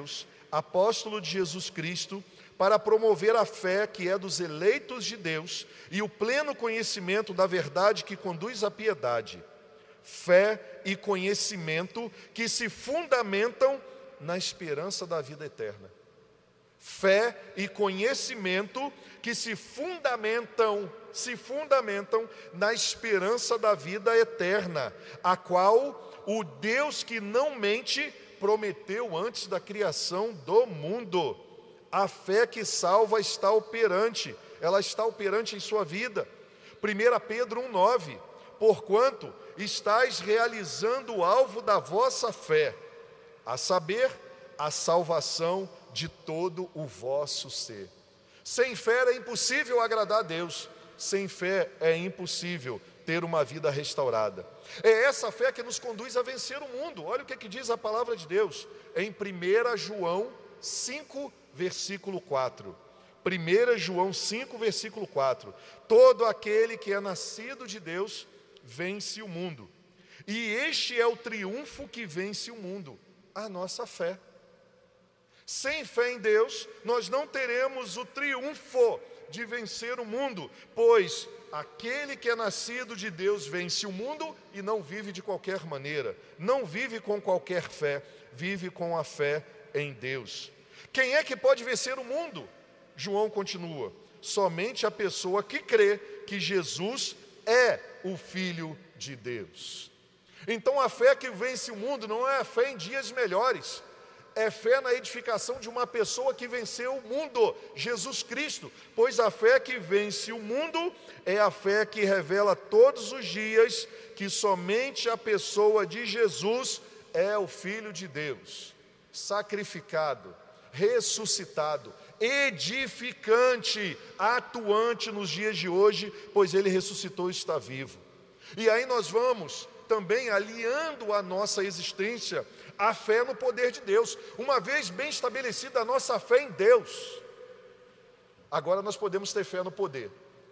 [SPEAKER 1] apóstolo de Jesus Cristo, para promover a fé que é dos eleitos de Deus e o pleno conhecimento da verdade que conduz à piedade. Fé e conhecimento que se fundamentam na esperança da vida eterna. Fé e conhecimento que se fundamentam, se fundamentam na esperança da vida eterna, a qual o Deus que não mente prometeu antes da criação do mundo. A fé que salva está operante, ela está operante em sua vida. primeira Pedro um, nove, porquanto estáis realizando o alvo da vossa fé, a saber, a salvação de todo o vosso ser. Sem fé é impossível agradar a Deus, sem fé é impossível ter uma vida restaurada. É essa fé que nos conduz a vencer o mundo. Olha o que, que diz a palavra de Deus em primeira João cinco, versículo quatro. primeira João cinco, versículo quatro. Todo aquele que é nascido de Deus vence o mundo. E este é o triunfo que vence o mundo, a nossa fé. Sem fé em Deus, nós não teremos o triunfo de vencer o mundo, pois aquele que é nascido de Deus vence o mundo e não vive de qualquer maneira, não vive com qualquer fé, vive com a fé em Deus. Quem é que pode vencer o mundo? João continua: somente a pessoa que crê que Jesus é o Filho de Deus. Então a fé que vence o mundo não é a fé em dias melhores, é fé na edificação de uma pessoa que venceu o mundo, Jesus Cristo, pois a fé que vence o mundo é a fé que revela todos os dias que somente a pessoa de Jesus é o Filho de Deus, sacrificado, ressuscitado, edificante, atuante nos dias de hoje, pois Ele ressuscitou e está vivo. E aí nós vamos também aliando a nossa existência a fé no poder de Deus. Uma vez bem estabelecida a nossa fé em Deus, agora nós podemos ter fé no poder.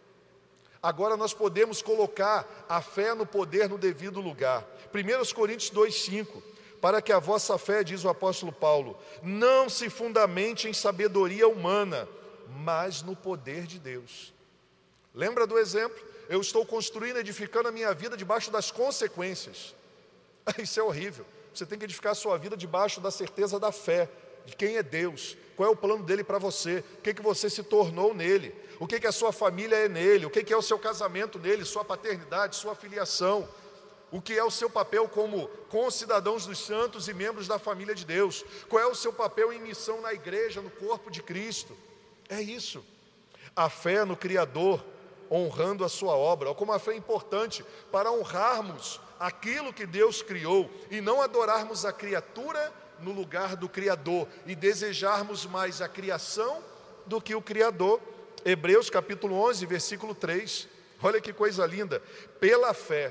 [SPEAKER 1] Agora nós podemos colocar a fé no poder no devido lugar. primeira Coríntios dois, cinco. Para que a vossa fé, diz o apóstolo Paulo, não se fundamente em sabedoria humana, mas no poder de Deus. Lembra do exemplo? Eu estou construindo, edificando a minha vida debaixo das consequências. Isso é horrível. Você tem que edificar a sua vida debaixo da certeza da fé, de quem é Deus, qual é o plano dele para você, o que, que você se tornou nele, o que, que a sua família é nele, o que, que é o seu casamento nele, sua paternidade, sua filiação, o que é o seu papel como concidadãos dos santos e membros da família de Deus, qual é o seu papel em missão na igreja, no corpo de Cristo. É isso. A fé no Criador, honrando a sua obra. Como a fé é importante para honrarmos aquilo que Deus criou e não adorarmos a criatura no lugar do Criador e desejarmos mais a criação do que o Criador. Hebreus capítulo onze, versículo três. Olha que coisa linda. Pela fé,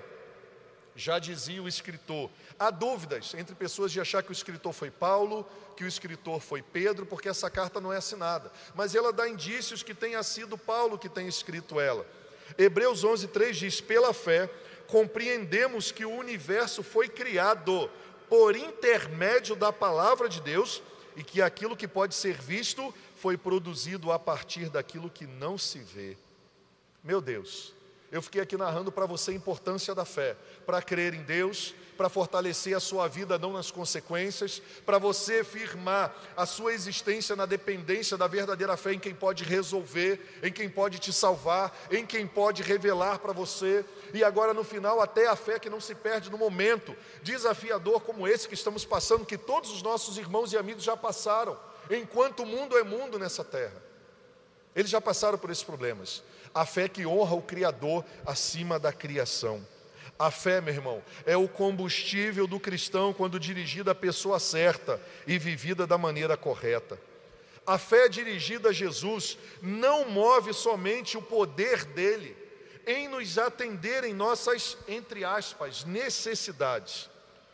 [SPEAKER 1] já dizia o escritor, há dúvidas entre pessoas de achar que o escritor foi Paulo, que o escritor foi Pedro, porque essa carta não é assinada, mas ela dá indícios que tenha sido Paulo que tenha escrito ela. Hebreus onze, três diz: pela fé compreendemos que o universo foi criado por intermédio da palavra de Deus e que aquilo que pode ser visto foi produzido a partir daquilo que não se vê. Meu Deus, eu fiquei aqui narrando para você a importância da fé, para crer em Deus, para fortalecer a sua vida não nas consequências, para você firmar a sua existência na dependência da verdadeira fé em quem pode resolver, em quem pode te salvar, em quem pode revelar para você. E agora no final até a fé que não se perde no momento desafiador como esse que estamos passando, que todos os nossos irmãos e amigos já passaram, enquanto o mundo é mundo nessa terra. Eles já passaram por esses problemas. A fé que honra o Criador acima da criação. A fé, meu irmão, é o combustível do cristão quando dirigida à pessoa certa e vivida da maneira correta. A fé dirigida a Jesus não move somente o poder dele em nos atender em nossas, entre aspas, necessidades,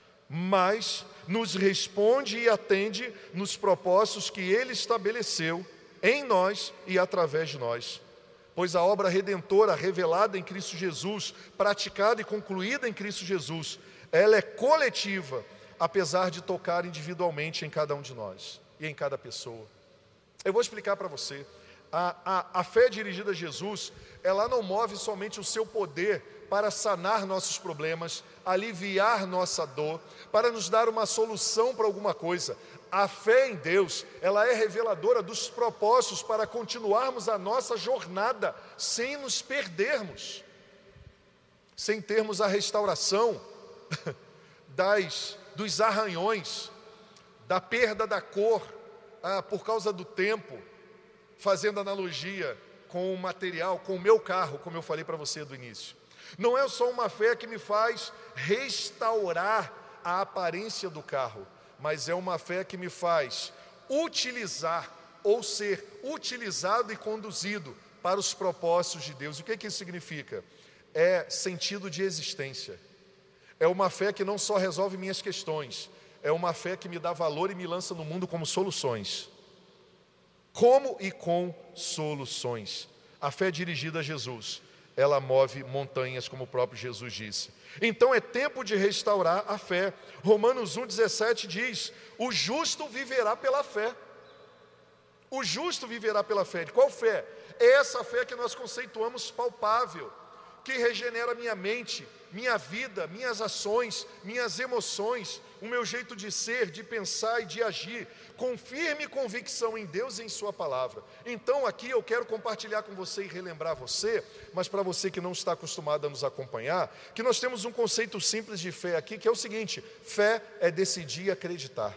[SPEAKER 1] mas nos responde e atende nos propósitos que ele estabeleceu em nós e através de nós. Pois a obra redentora revelada em Cristo Jesus, praticada e concluída em Cristo Jesus, ela é coletiva, apesar de tocar individualmente em cada um de nós. e em cada pessoa. Eu vou explicar para você. A, a, a fé dirigida a Jesus, ela não move somente o seu poder para sanar nossos problemas, aliviar nossa dor, para nos dar uma solução para alguma coisa. A fé em Deus, ela é reveladora dos propósitos para continuarmos a nossa jornada sem nos perdermos, sem termos a restauração das, dos arranhões, da perda da cor ah, por causa do tempo, fazendo analogia com o material, com o meu carro, como eu falei para você do início. Não é só uma fé que me faz restaurar a aparência do carro, mas é uma fé que me faz utilizar ou ser utilizado e conduzido para os propósitos de Deus. O que que isso significa? É sentido de existência. É uma fé que não só resolve minhas questões, é uma fé que me dá valor e me lança no mundo como soluções. Como e com soluções. A fé dirigida a Jesus, ela move montanhas, como o próprio Jesus disse. Então é tempo de restaurar a fé. Romanos um, dezessete diz: o justo viverá pela fé. O justo viverá pela fé. De qual fé? É essa fé que nós conceituamos palpável, que regenera minha mente, minha vida, minhas ações, minhas emoções, o meu jeito de ser, de pensar e de agir, com firme convicção em Deus e em sua palavra. Então aqui eu quero compartilhar com você e relembrar você, mas para você que não está acostumado a nos acompanhar, que nós temos um conceito simples de fé aqui, que é o seguinte: fé é decidir acreditar.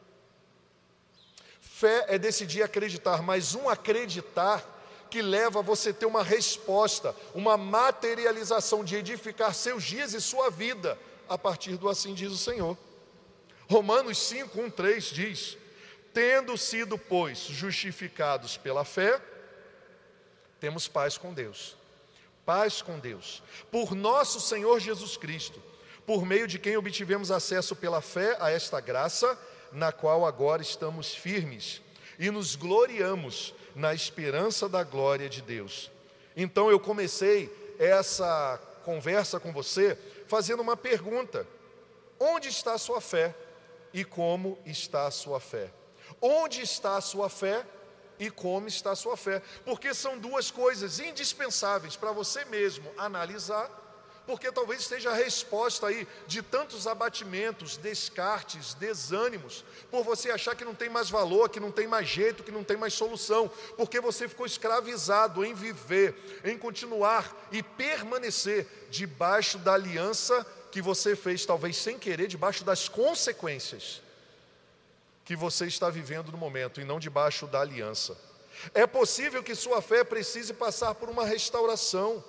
[SPEAKER 1] Fé é decidir acreditar, mas um acreditar que leva a você ter uma resposta, uma materialização de edificar seus dias e sua vida, a partir do assim diz o Senhor. Romanos cinco, um, três diz: tendo sido, pois, justificados pela fé, temos paz com Deus. Paz com Deus, por nosso Senhor Jesus Cristo, por meio de quem obtivemos acesso pela fé a esta graça, na qual agora estamos firmes, e nos gloriamos na esperança da glória de Deus. Então eu comecei essa conversa com você fazendo uma pergunta: onde está a sua fé e como está a sua fé? Onde está a sua fé e como está a sua fé? Porque são duas coisas indispensáveis para você mesmo analisar, porque talvez esteja a resposta aí de tantos abatimentos, descartes, desânimos, por você achar que não tem mais valor, que não tem mais jeito, que não tem mais solução, porque você ficou escravizado em viver, em continuar e permanecer debaixo da aliança que você fez, talvez sem querer, debaixo das consequências que você está vivendo no momento, e não debaixo da aliança. É possível que sua fé precise passar por uma restauração.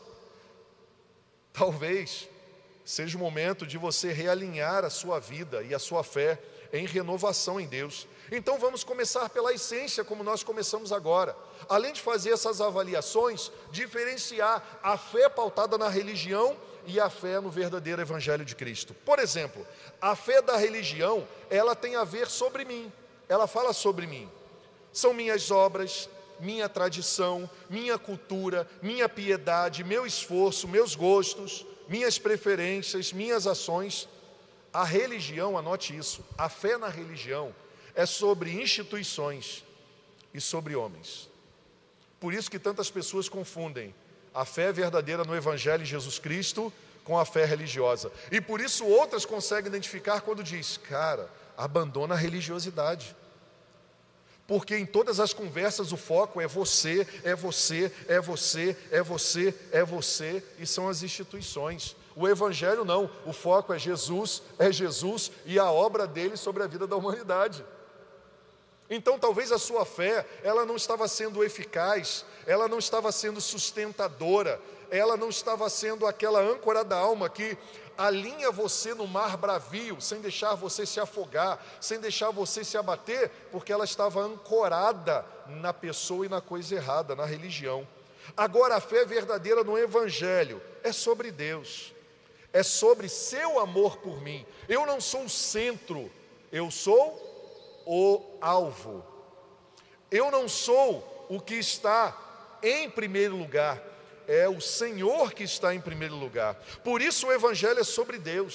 [SPEAKER 1] Talvez seja o momento de você realinhar a sua vida e a sua fé em renovação em Deus. Então vamos começar pela essência, como nós começamos agora. Além de fazer essas avaliações, diferenciar a fé pautada na religião e a fé no verdadeiro Evangelho de Cristo. Por exemplo, a fé da religião, ela tem a ver sobre mim, ela fala sobre mim. São minhas obras, minha tradição, minha cultura, minha piedade, meu esforço, meus gostos, minhas preferências, minhas ações. A religião, anote isso, a fé na religião é sobre instituições e sobre homens. Por isso que tantas pessoas confundem a fé verdadeira no Evangelho de Jesus Cristo com a fé religiosa. E por isso outras conseguem identificar quando diz: cara, abandona a religiosidade. Porque em todas as conversas o foco é você, é você, é você, é você, é você, e são as instituições. O Evangelho não, o foco é Jesus, é Jesus e a obra dele sobre a vida da humanidade. Então talvez a sua fé, ela não estava sendo eficaz, ela não estava sendo sustentadora, ela não estava sendo aquela âncora da alma que alinha você no mar bravio, sem deixar você se afogar, sem deixar você se abater, porque ela estava ancorada na pessoa e na coisa errada, na religião. Agora a fé verdadeira no Evangelho é sobre Deus, é sobre seu amor por mim. Eu não sou o centro, eu sou o alvo. Eu não sou o que está em primeiro lugar, é o Senhor que está em primeiro lugar. Por isso o Evangelho é sobre Deus,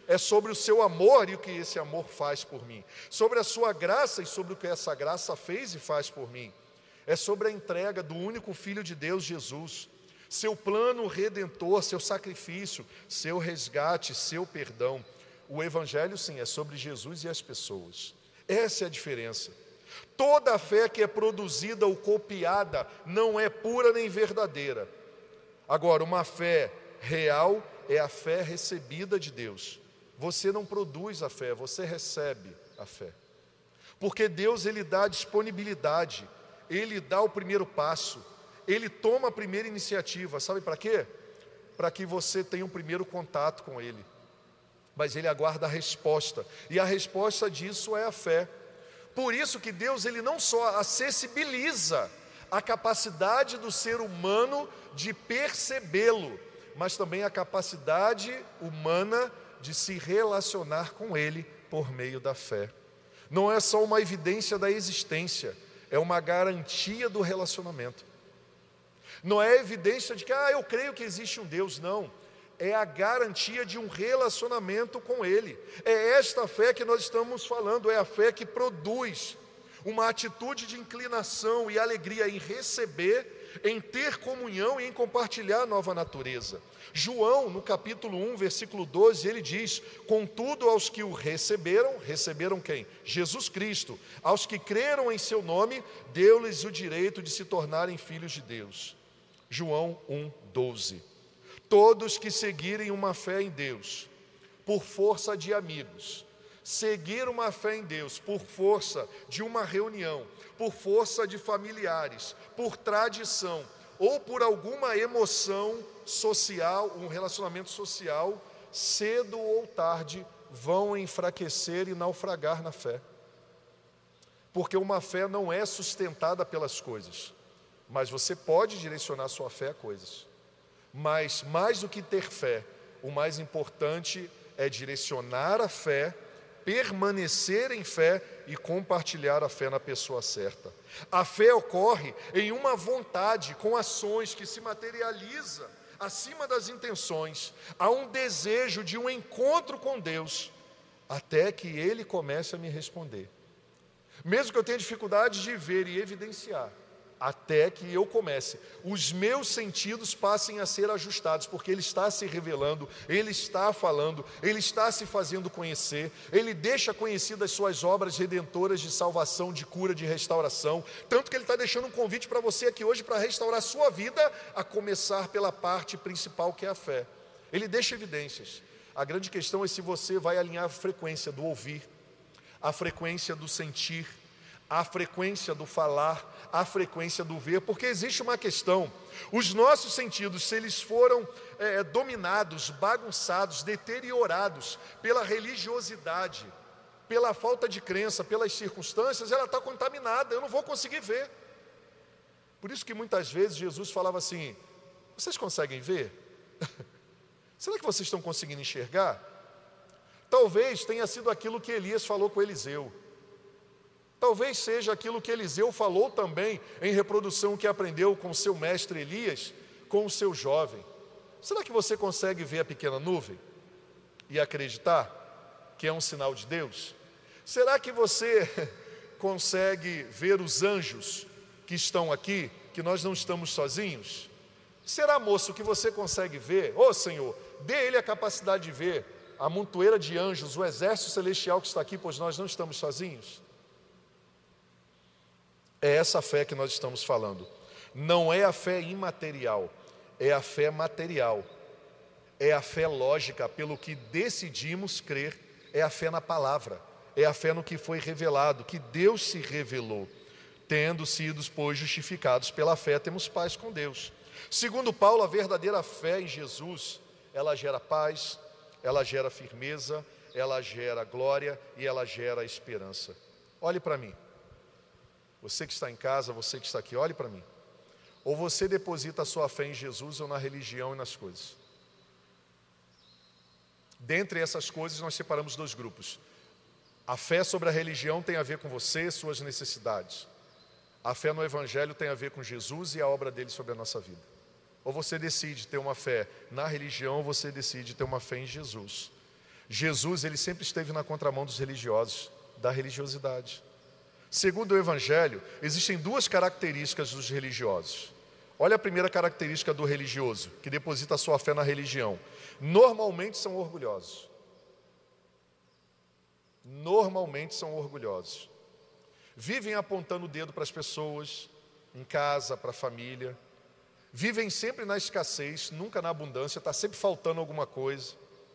[SPEAKER 1] é sobre o seu amor e o que esse amor faz por mim. Sobre a sua graça e sobre o que essa graça fez e faz por mim. É sobre a entrega do único Filho de Deus, Jesus. Seu plano redentor, seu sacrifício, seu resgate, seu perdão. O Evangelho, sim, é sobre Jesus e as pessoas. Essa é a diferença. Toda a fé que é produzida ou copiada não é pura nem verdadeira. Agora, uma fé real é a fé recebida de Deus. Você não produz a fé, você recebe a fé. Porque Deus, Ele dá disponibilidade, Ele dá o primeiro passo, Ele toma a primeira iniciativa. Sabe para quê? Para que você tenha um primeiro contato com Ele. Mas Ele aguarda a resposta, e a resposta disso é a fé. Por isso que Deus, Ele não só acessibiliza a capacidade do ser humano de percebê-lo, mas também a capacidade humana de se relacionar com Ele por meio da fé. Não é só uma evidência da existência, é uma garantia do relacionamento. Não é evidência de que, ah, eu creio que existe um Deus, não. É a garantia de um relacionamento com Ele. É esta fé que nós estamos falando, é a fé que produz uma atitude de inclinação e alegria em receber, em ter comunhão e em compartilhar a nova natureza. João, no capítulo um, versículo doze, ele diz: contudo, aos que o receberam, receberam quem? Jesus Cristo. Aos que creram em seu nome, deu-lhes o direito de se tornarem filhos de Deus. João um, doze. Todos que seguirem uma fé em Deus, por força de amigos, seguir uma fé em Deus, por força de uma reunião, por força de familiares, por tradição, ou por alguma emoção social, um relacionamento social, cedo ou tarde vão enfraquecer e naufragar na fé. Porque uma fé não é sustentada pelas coisas, mas você pode direcionar sua fé a coisas. Mas mais do que ter fé, o mais importante é direcionar a fé, permanecer em fé e compartilhar a fé na pessoa certa. A fé ocorre em uma vontade, com ações que se materializa acima das intenções. Há um desejo de um encontro com Deus, até que Ele comece a me responder. Mesmo que eu tenha dificuldade de ver e evidenciar, até que eu comece, os meus sentidos passem a ser ajustados, porque Ele está se revelando, Ele está falando, Ele está se fazendo conhecer, Ele deixa conhecidas suas obras redentoras de salvação, de cura, de restauração, tanto que Ele está deixando um convite para você aqui hoje para restaurar a sua vida, a começar pela parte principal, que é a fé. Ele deixa evidências. A grande questão é se você vai alinhar a frequência do ouvir, a frequência do sentir, a frequência do falar, a frequência do ver, porque existe uma questão: os nossos sentidos, se eles foram é, dominados, bagunçados, deteriorados pela religiosidade, pela falta de crença, pelas circunstâncias, ela está contaminada, eu não vou conseguir ver. Por isso que muitas vezes Jesus falava assim: vocês conseguem ver? Será que vocês estão conseguindo enxergar? Talvez tenha sido aquilo que Elias falou com Eliseu. Talvez seja aquilo que Eliseu falou também em reprodução que aprendeu com seu mestre Elias, com o seu jovem. Será que você consegue ver a pequena nuvem e acreditar que é um sinal de Deus? Será que você consegue ver os anjos que estão aqui, que nós não estamos sozinhos? Será, moço, que você consegue ver? Ô Senhor, dê Ele a capacidade de ver a montoeira de anjos, o exército celestial que está aqui, pois nós não estamos sozinhos. É essa fé que nós estamos falando. Não é a fé imaterial, é a fé material. É a fé lógica, pelo que decidimos crer. É a fé na palavra, é a fé no que foi revelado, que Deus se revelou. Tendo sido, pois, justificados pela fé, temos paz com Deus. Segundo Paulo, a verdadeira fé em Jesus, ela gera paz, ela gera firmeza, ela gera glória e ela gera esperança. Olhe para mim. Você que está em casa, você que está aqui, olhe para mim. Ou você deposita a sua fé em Jesus ou na religião e nas coisas. Dentre essas coisas nós separamos dois grupos. A fé sobre a religião tem a ver com você, suas necessidades. A fé no Evangelho tem a ver com Jesus e a obra dele sobre a nossa vida. Ou você decide ter uma fé na religião, ou você decide ter uma fé em Jesus. Jesus, ele sempre esteve na contramão dos religiosos, da religiosidade. Segundo o Evangelho, existem duas características dos religiosos. Olha a primeira característica do religioso, que deposita a sua fé na religião. Normalmente são orgulhosos. Normalmente são orgulhosos. Vivem apontando o dedo para as pessoas, em casa, para a família. Vivem sempre na escassez, nunca na abundância, está sempre faltando alguma coisa.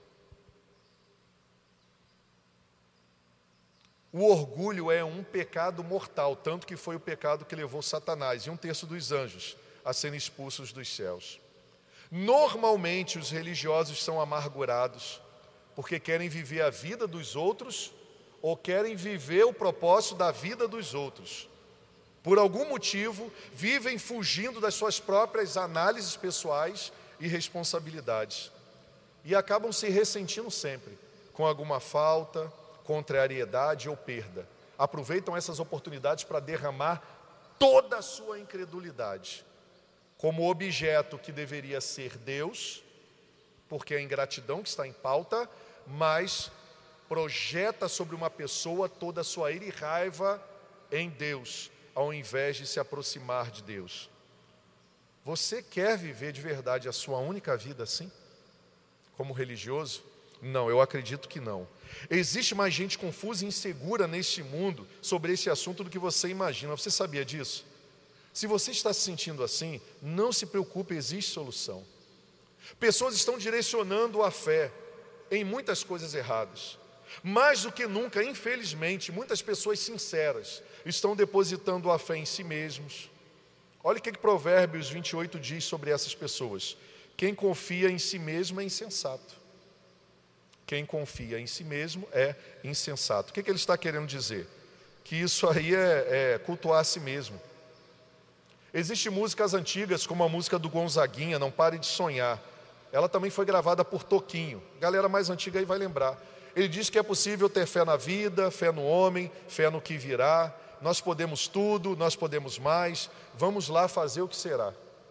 [SPEAKER 1] O orgulho é um pecado mortal, tanto que foi o pecado que levou Satanás e um terço dos anjos a serem expulsos dos céus. Normalmente os religiosos são amargurados, porque querem viver a vida dos outros ou querem viver o propósito da vida dos outros. Por algum motivo, vivem fugindo das suas próprias análises pessoais e responsabilidades. E acabam se ressentindo sempre, com alguma falta, contrariedade ou perda. Aproveitam essas oportunidades para derramar toda a sua incredulidade, como objeto que deveria ser Deus, porque é a ingratidão que está em pauta, mas projeta sobre uma pessoa toda a sua ira e raiva em Deus, ao invés de se aproximar de Deus. Você quer viver de verdade a sua única vida assim? Como religioso? Não, eu acredito que não. Existe mais gente confusa e insegura neste mundo sobre esse assunto do que você imagina. Você sabia disso? Se você está se sentindo assim, não se preocupe, existe solução. Pessoas estão direcionando a fé em muitas coisas erradas. Mais do que nunca, infelizmente, muitas pessoas sinceras estão depositando a fé em si mesmos. Olha o que, que Provérbios vinte e oito diz sobre essas pessoas. Quem confia em si mesmo é insensato. Quem confia em si mesmo é insensato. O que, que ele está querendo dizer? Que isso aí é, é cultuar a si mesmo. Existem músicas antigas, como a música do Gonzaguinha, Não Pare de Sonhar. Ela também foi gravada por Toquinho. A galera mais antiga aí vai lembrar. Ele diz que é possível ter fé na vida, fé no homem, fé no que virá. Nós podemos tudo, nós podemos mais. Vamos lá fazer o que será.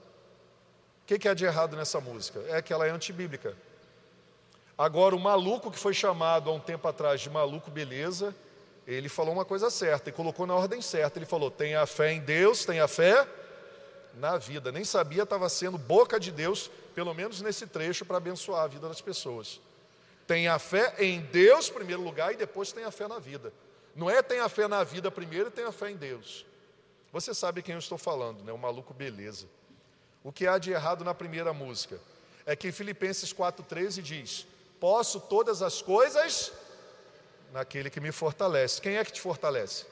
[SPEAKER 1] O que, que há de errado nessa música? É que ela é antibíblica. Agora, o maluco que foi chamado há um tempo atrás de maluco beleza, ele falou uma coisa certa e colocou na ordem certa. Ele falou, tenha a fé em Deus, tenha a fé na vida. Nem sabia, estava sendo boca de Deus, pelo menos nesse trecho, para abençoar a vida das pessoas. Tenha a fé em Deus, em primeiro lugar, e depois tenha a fé na vida. Não é tenha a fé na vida primeiro e tenha a fé em Deus. Você sabe quem eu estou falando, né? O maluco beleza. O que há de errado na primeira música é que em Filipenses quatro, treze diz, posso todas as coisas naquele que me fortalece. Quem é que te fortalece?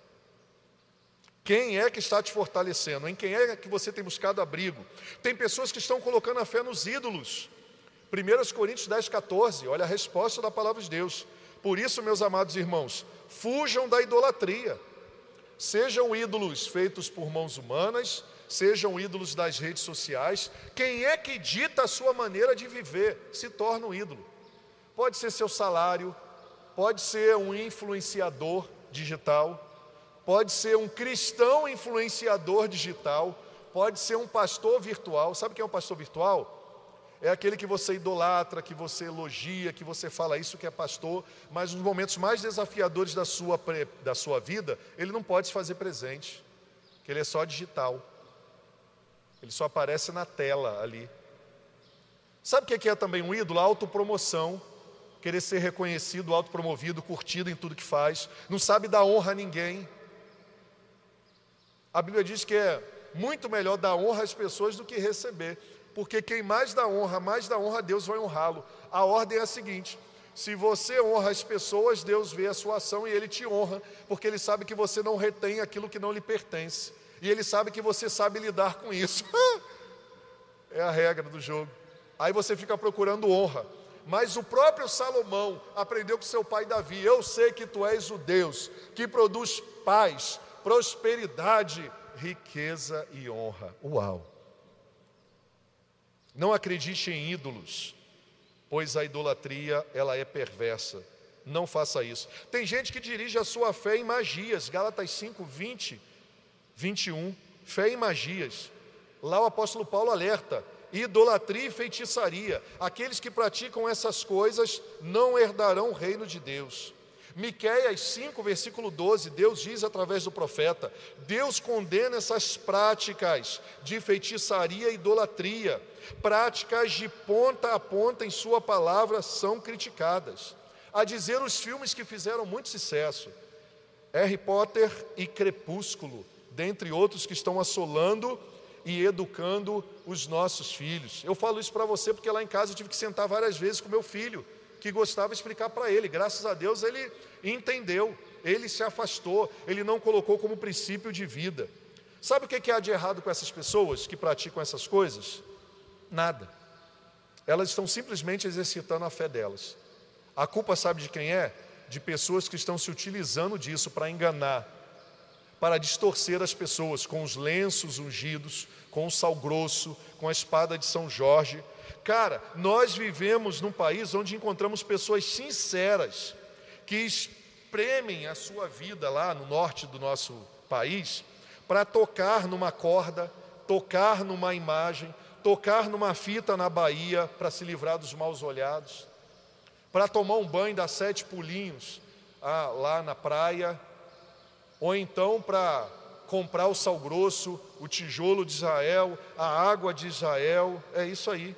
[SPEAKER 1] Quem é que está te fortalecendo? Em quem é que você tem buscado abrigo? Tem pessoas que estão colocando a fé nos ídolos. primeira Coríntios dez, quatorze, olha a resposta da palavra de Deus. Por isso, meus amados irmãos, fujam da idolatria. Sejam ídolos feitos por mãos humanas, sejam ídolos das redes sociais. Quem é que dita a sua maneira de viver se torna um ídolo. Pode ser seu salário, pode ser um influenciador digital, pode ser um cristão influenciador digital, pode ser um pastor virtual. Sabe quem é um pastor virtual? É aquele que você idolatra, que você elogia, que você fala isso que é pastor, mas nos momentos mais desafiadores da sua, da sua vida, ele não pode se fazer presente, porque ele é só digital. Ele só aparece na tela ali. Sabe o que é também um ídolo? A autopromoção. Querer ser reconhecido, autopromovido, curtido em tudo que faz. Não sabe dar honra a ninguém. A Bíblia diz que é muito melhor dar honra às pessoas do que receber. Porque quem mais dá honra, mais dá honra a Deus, vai honrá-lo. A ordem é a seguinte: se você honra as pessoas, Deus vê a sua ação e Ele te honra, porque Ele sabe que você não retém aquilo que não lhe pertence. E Ele sabe que você sabe lidar com isso. É a regra do jogo. Aí você fica procurando honra. Mas o próprio Salomão aprendeu com seu pai Davi: eu sei que tu és o Deus que produz paz, prosperidade, riqueza e honra. Uau! Não acredite em ídolos, pois a idolatria, ela é perversa. Não faça isso. Tem gente que dirige a sua fé em magias. Gálatas cinco, vinte, vinte e um. Fé em magias. Lá o apóstolo Paulo alerta: idolatria e feitiçaria. Aqueles que praticam essas coisas não herdarão o reino de Deus. Miqueias cinco, versículo doze, Deus diz através do profeta: Deus condena essas práticas de feitiçaria e idolatria. Práticas de ponta a ponta em sua palavra são criticadas. A dizer, os filmes que fizeram muito sucesso, Harry Potter e Crepúsculo, dentre outros que estão assolando e educando os nossos filhos. Eu falo isso para você porque lá em casa eu tive que sentar várias vezes com meu filho, que gostava de explicar para ele. Graças a Deus ele entendeu, ele se afastou, ele não colocou como princípio de vida. Sabe o que há de errado com essas pessoas que praticam essas coisas? Nada. Elas estão simplesmente exercitando a fé delas. A culpa sabe de quem é? De pessoas que estão se utilizando disso para enganar, para distorcer as pessoas com os lenços ungidos, com o sal grosso, com a espada de São Jorge. Cara, nós vivemos num país onde encontramos pessoas sinceras, que espremem a sua vida lá no norte do nosso país, para tocar numa corda, tocar numa imagem, tocar numa fita na Bahia, para se livrar dos maus olhados, para tomar um banho, dar sete pulinhos ah, lá na praia, ou então para comprar o sal grosso, o tijolo de Israel, a água de Israel. É isso aí.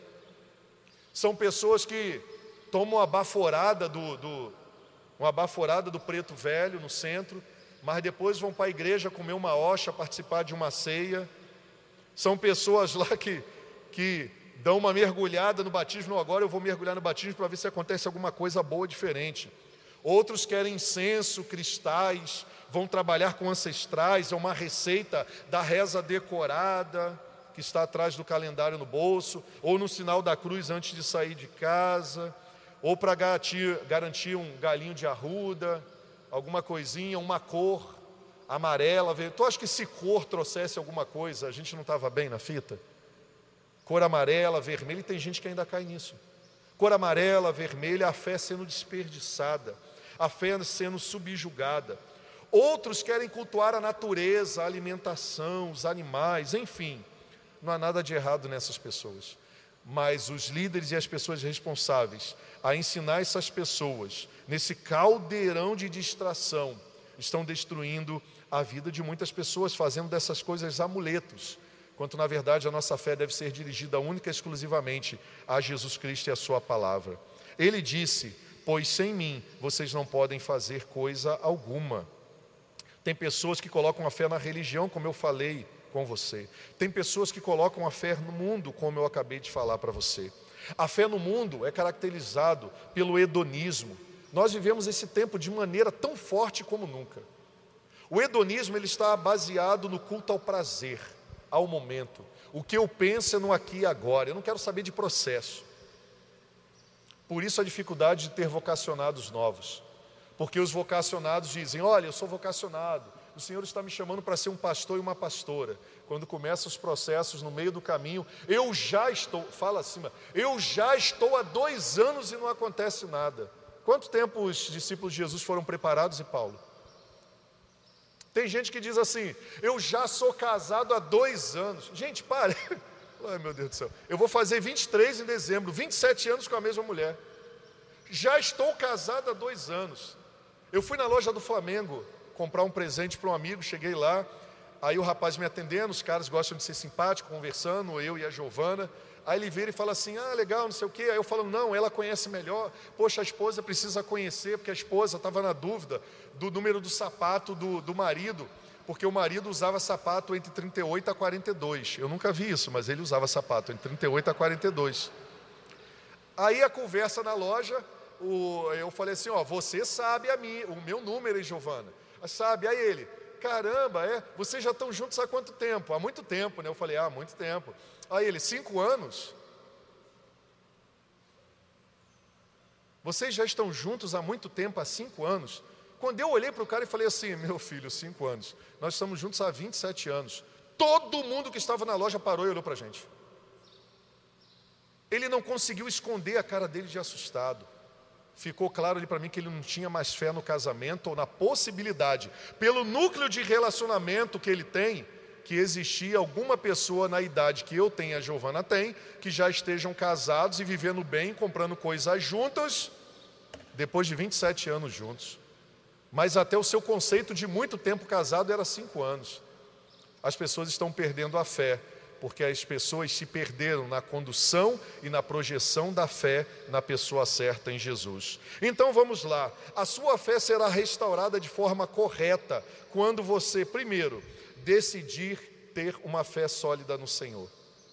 [SPEAKER 1] São pessoas que tomam uma baforada do, do, uma baforada do preto velho no centro, mas depois vão para a igreja comer uma hoxa, participar de uma ceia. São pessoas lá que, que dão uma mergulhada no batismo. Não, agora eu vou mergulhar no batismo para ver se acontece alguma coisa boa, diferente. Outros querem incenso, cristais, vão trabalhar com ancestrais, é uma receita da reza decorada, que está atrás do calendário no bolso, ou no sinal da cruz antes de sair de casa, ou para garantir, garantir um galinho de arruda, alguma coisinha, uma cor amarela. Tu acha que se cor trouxesse alguma coisa, a gente não estava bem na fita? Cor amarela, vermelha, e tem gente que ainda cai nisso. Cor amarela, vermelha, a fé sendo desperdiçada, a fé sendo subjugada. Outros querem cultuar a natureza, a alimentação, os animais, enfim. Não há nada de errado nessas pessoas. Mas os líderes e as pessoas responsáveis a ensinar essas pessoas, nesse caldeirão de distração, estão destruindo a vida de muitas pessoas, fazendo dessas coisas amuletos, quando na verdade a nossa fé deve ser dirigida única e exclusivamente a Jesus Cristo e a sua palavra. Ele disse: pois sem mim vocês não podem fazer coisa alguma. Tem pessoas que colocam a fé na religião, como eu falei com você. Tem pessoas que colocam a fé no mundo, como eu acabei de falar para você. A fé no mundo é caracterizado pelo hedonismo. Nós vivemos esse tempo de maneira tão forte como nunca. O hedonismo ele está baseado no culto ao prazer, ao momento. O que eu penso é no aqui e agora. Eu não quero saber de processo. Por isso a dificuldade de ter vocacionados novos. Porque os vocacionados dizem: olha, eu sou vocacionado, o Senhor está me chamando para ser um pastor e uma pastora. Quando começam os processos no meio do caminho, eu já estou, fala acima, eu já estou há dois anos e não acontece nada. Quanto tempo os discípulos de Jesus foram preparados, e Paulo? Tem gente que diz assim: eu já sou casado há dois anos. Gente, pare. Ai, meu Deus do céu. Eu vou fazer vinte e três em dezembro, vinte e sete anos com a mesma mulher. Já estou casado há dois anos. Eu fui na loja do Flamengo comprar um presente para um amigo, cheguei lá, aí o rapaz me atendendo, os caras gostam de ser simpáticos, conversando, eu e a Giovana. Aí ele vira e fala assim: ah, legal, não sei o quê. Aí eu falo: não, ela conhece melhor. Poxa, a esposa precisa conhecer, porque a esposa estava na dúvida do número do sapato do, do marido, porque o marido usava sapato entre trinta e oito a quarenta e dois. Eu nunca vi isso, mas ele usava sapato entre trinta e oito a quarenta e dois. Aí a conversa na loja, o, eu falei assim: ó, você sabe a minha, o meu número, hein, Giovana? Sabe? Aí ele: caramba, é? Vocês já estão juntos há quanto tempo? Há muito tempo, né? Eu falei: ah, há muito tempo. Aí ele: cinco anos? Vocês já estão juntos há muito tempo, há cinco anos? Quando eu olhei para o cara e falei assim: meu filho, cinco anos. Nós estamos juntos há vinte e sete anos. Todo mundo que estava na loja parou e olhou para a gente. Ele não conseguiu esconder a cara dele de assustado. Ficou claro ali para mim que ele não tinha mais fé no casamento ou na possibilidade, pelo núcleo de relacionamento que ele tem, que existia alguma pessoa na idade que eu tenho e a Giovana tem, que já estejam casados e vivendo bem, comprando coisas juntas, depois de vinte e sete anos juntos. Mas até o seu conceito de muito tempo casado era cinco anos. As pessoas estão perdendo a fé, porque as pessoas se perderam na condução e na projeção da fé na pessoa certa em Jesus. Então vamos lá, a sua fé será restaurada de forma correta, quando você, primeiro, decidir ter uma fé sólida no Senhor.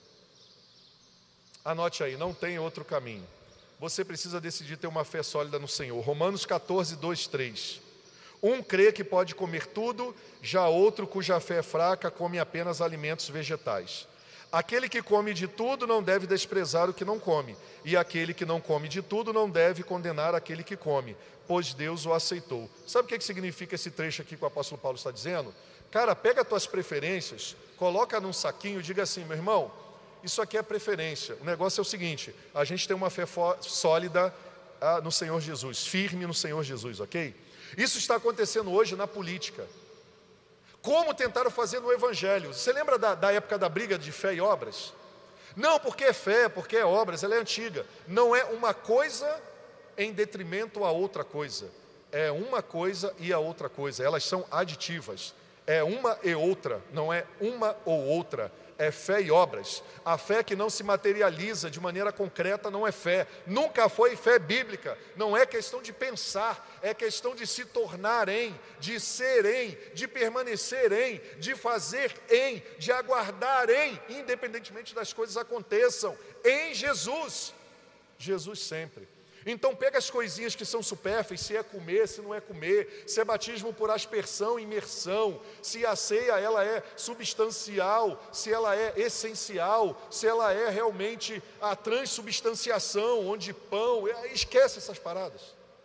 [SPEAKER 1] Anote aí, não tem outro caminho. Você precisa decidir ter uma fé sólida no Senhor. Romanos catorze, dois, três. Um crê que pode comer tudo, já outro cuja fé é fraca come apenas alimentos vegetais. Aquele que come de tudo não deve desprezar o que não come, e aquele que não come de tudo não deve condenar aquele que come, pois Deus o aceitou. Sabe o que significa esse trecho aqui que o apóstolo Paulo está dizendo? Cara, pega as tuas preferências, coloca num saquinho e diga assim: meu irmão, isso aqui é preferência. O negócio é o seguinte: a gente tem uma fé sólida ah, no Senhor Jesus, firme no Senhor Jesus, ok? Isso está acontecendo hoje na política. Como tentaram fazer no Evangelho? Você lembra da, da época da briga de fé e obras? Não, porque é fé, porque é obras, ela é antiga. Não é uma coisa em detrimento a outra coisa. É uma coisa e a outra coisa. Elas são aditivas. É uma e outra, não é uma ou outra. É fé e obras. A fé que não se materializa de maneira concreta não é fé. Nunca foi fé bíblica. Não é questão de pensar, é questão de se tornar em, de ser em, de permanecer em, de fazer em, de aguardar em, independentemente das coisas aconteçam, em Jesus. Jesus sempre. Então pega as coisinhas que são supérfluas, se é comer, se não é comer, se é batismo por aspersão, imersão, se a ceia ela é substancial, se ela é essencial, se ela é realmente a transubstanciação, onde pão, esquece essas paradas.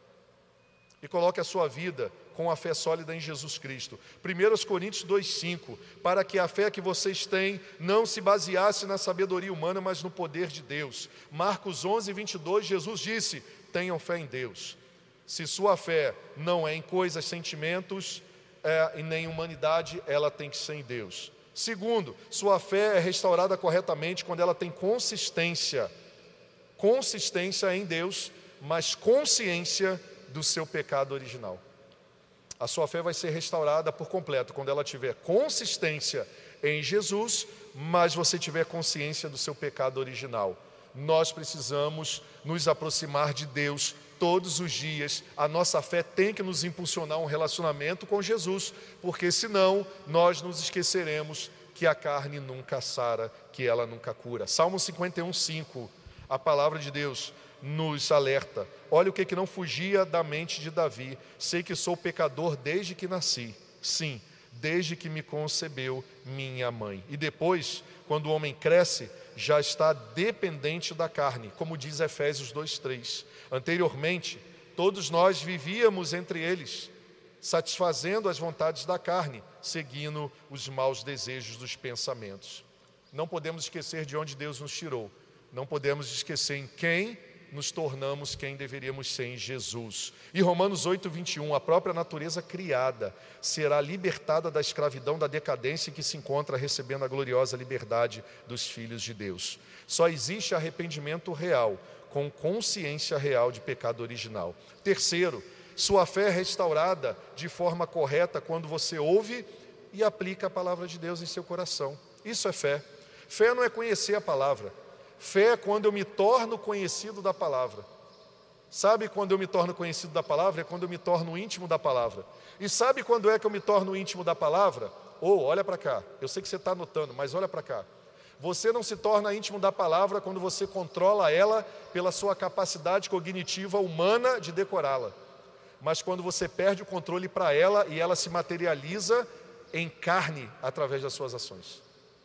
[SPEAKER 1] E coloque a sua vida com a fé sólida em Jesus Cristo. primeira Coríntios dois, cinco, para que a fé que vocês têm não se baseasse na sabedoria humana, mas no poder de Deus. Marcos onze, vinte e dois, Jesus disse: tenham fé em Deus. Se sua fé não é em coisas, sentimentos é, e nem humanidade, ela tem que ser em Deus. Segundo, sua fé é restaurada corretamente quando ela tem consistência. Consistência em Deus, mas consciência do seu pecado original. A sua fé vai ser restaurada por completo quando ela tiver consistência em Jesus, mas você tiver consciência do seu pecado original. Nós precisamos nos aproximar de Deus todos os dias. A nossa fé tem que nos impulsionar a um relacionamento com Jesus, porque senão nós nos esqueceremos que a carne nunca sara, que ela nunca cura. Salmo cinquenta e um, cinco, a palavra de Deus nos alerta. Olha o que, que não fugia da mente de Davi: sei que sou pecador desde que nasci, sim, desde que me concebeu minha mãe. E depois, quando o homem cresce, já está dependente da carne, como diz Efésios dois, três. Anteriormente, todos nós vivíamos entre eles, satisfazendo as vontades da carne, seguindo os maus desejos dos pensamentos. Não podemos esquecer de onde Deus nos tirou. Não podemos esquecer em quem nos tornamos quem deveríamos ser em Jesus. E Romanos oito, vinte e um, a própria natureza criada será libertada da escravidão, da decadência em que se encontra, recebendo a gloriosa liberdade dos filhos de Deus. Só existe arrependimento real, com consciência real de pecado original. Terceiro, sua fé é restaurada de forma correta quando você ouve e aplica a palavra de Deus em seu coração. Isso é fé. Fé não é conhecer a palavra. Fé é quando eu me torno conhecido da palavra. Sabe quando eu me torno conhecido da palavra? É quando eu me torno íntimo da palavra. E sabe quando é que eu me torno íntimo da palavra? Ou, oh, olha para cá, eu sei que você está anotando, mas olha para cá. Você não se torna íntimo da palavra quando você controla ela pela sua capacidade cognitiva humana de decorá-la. Mas quando você perde o controle para ela e ela se materializa em carne através das suas ações.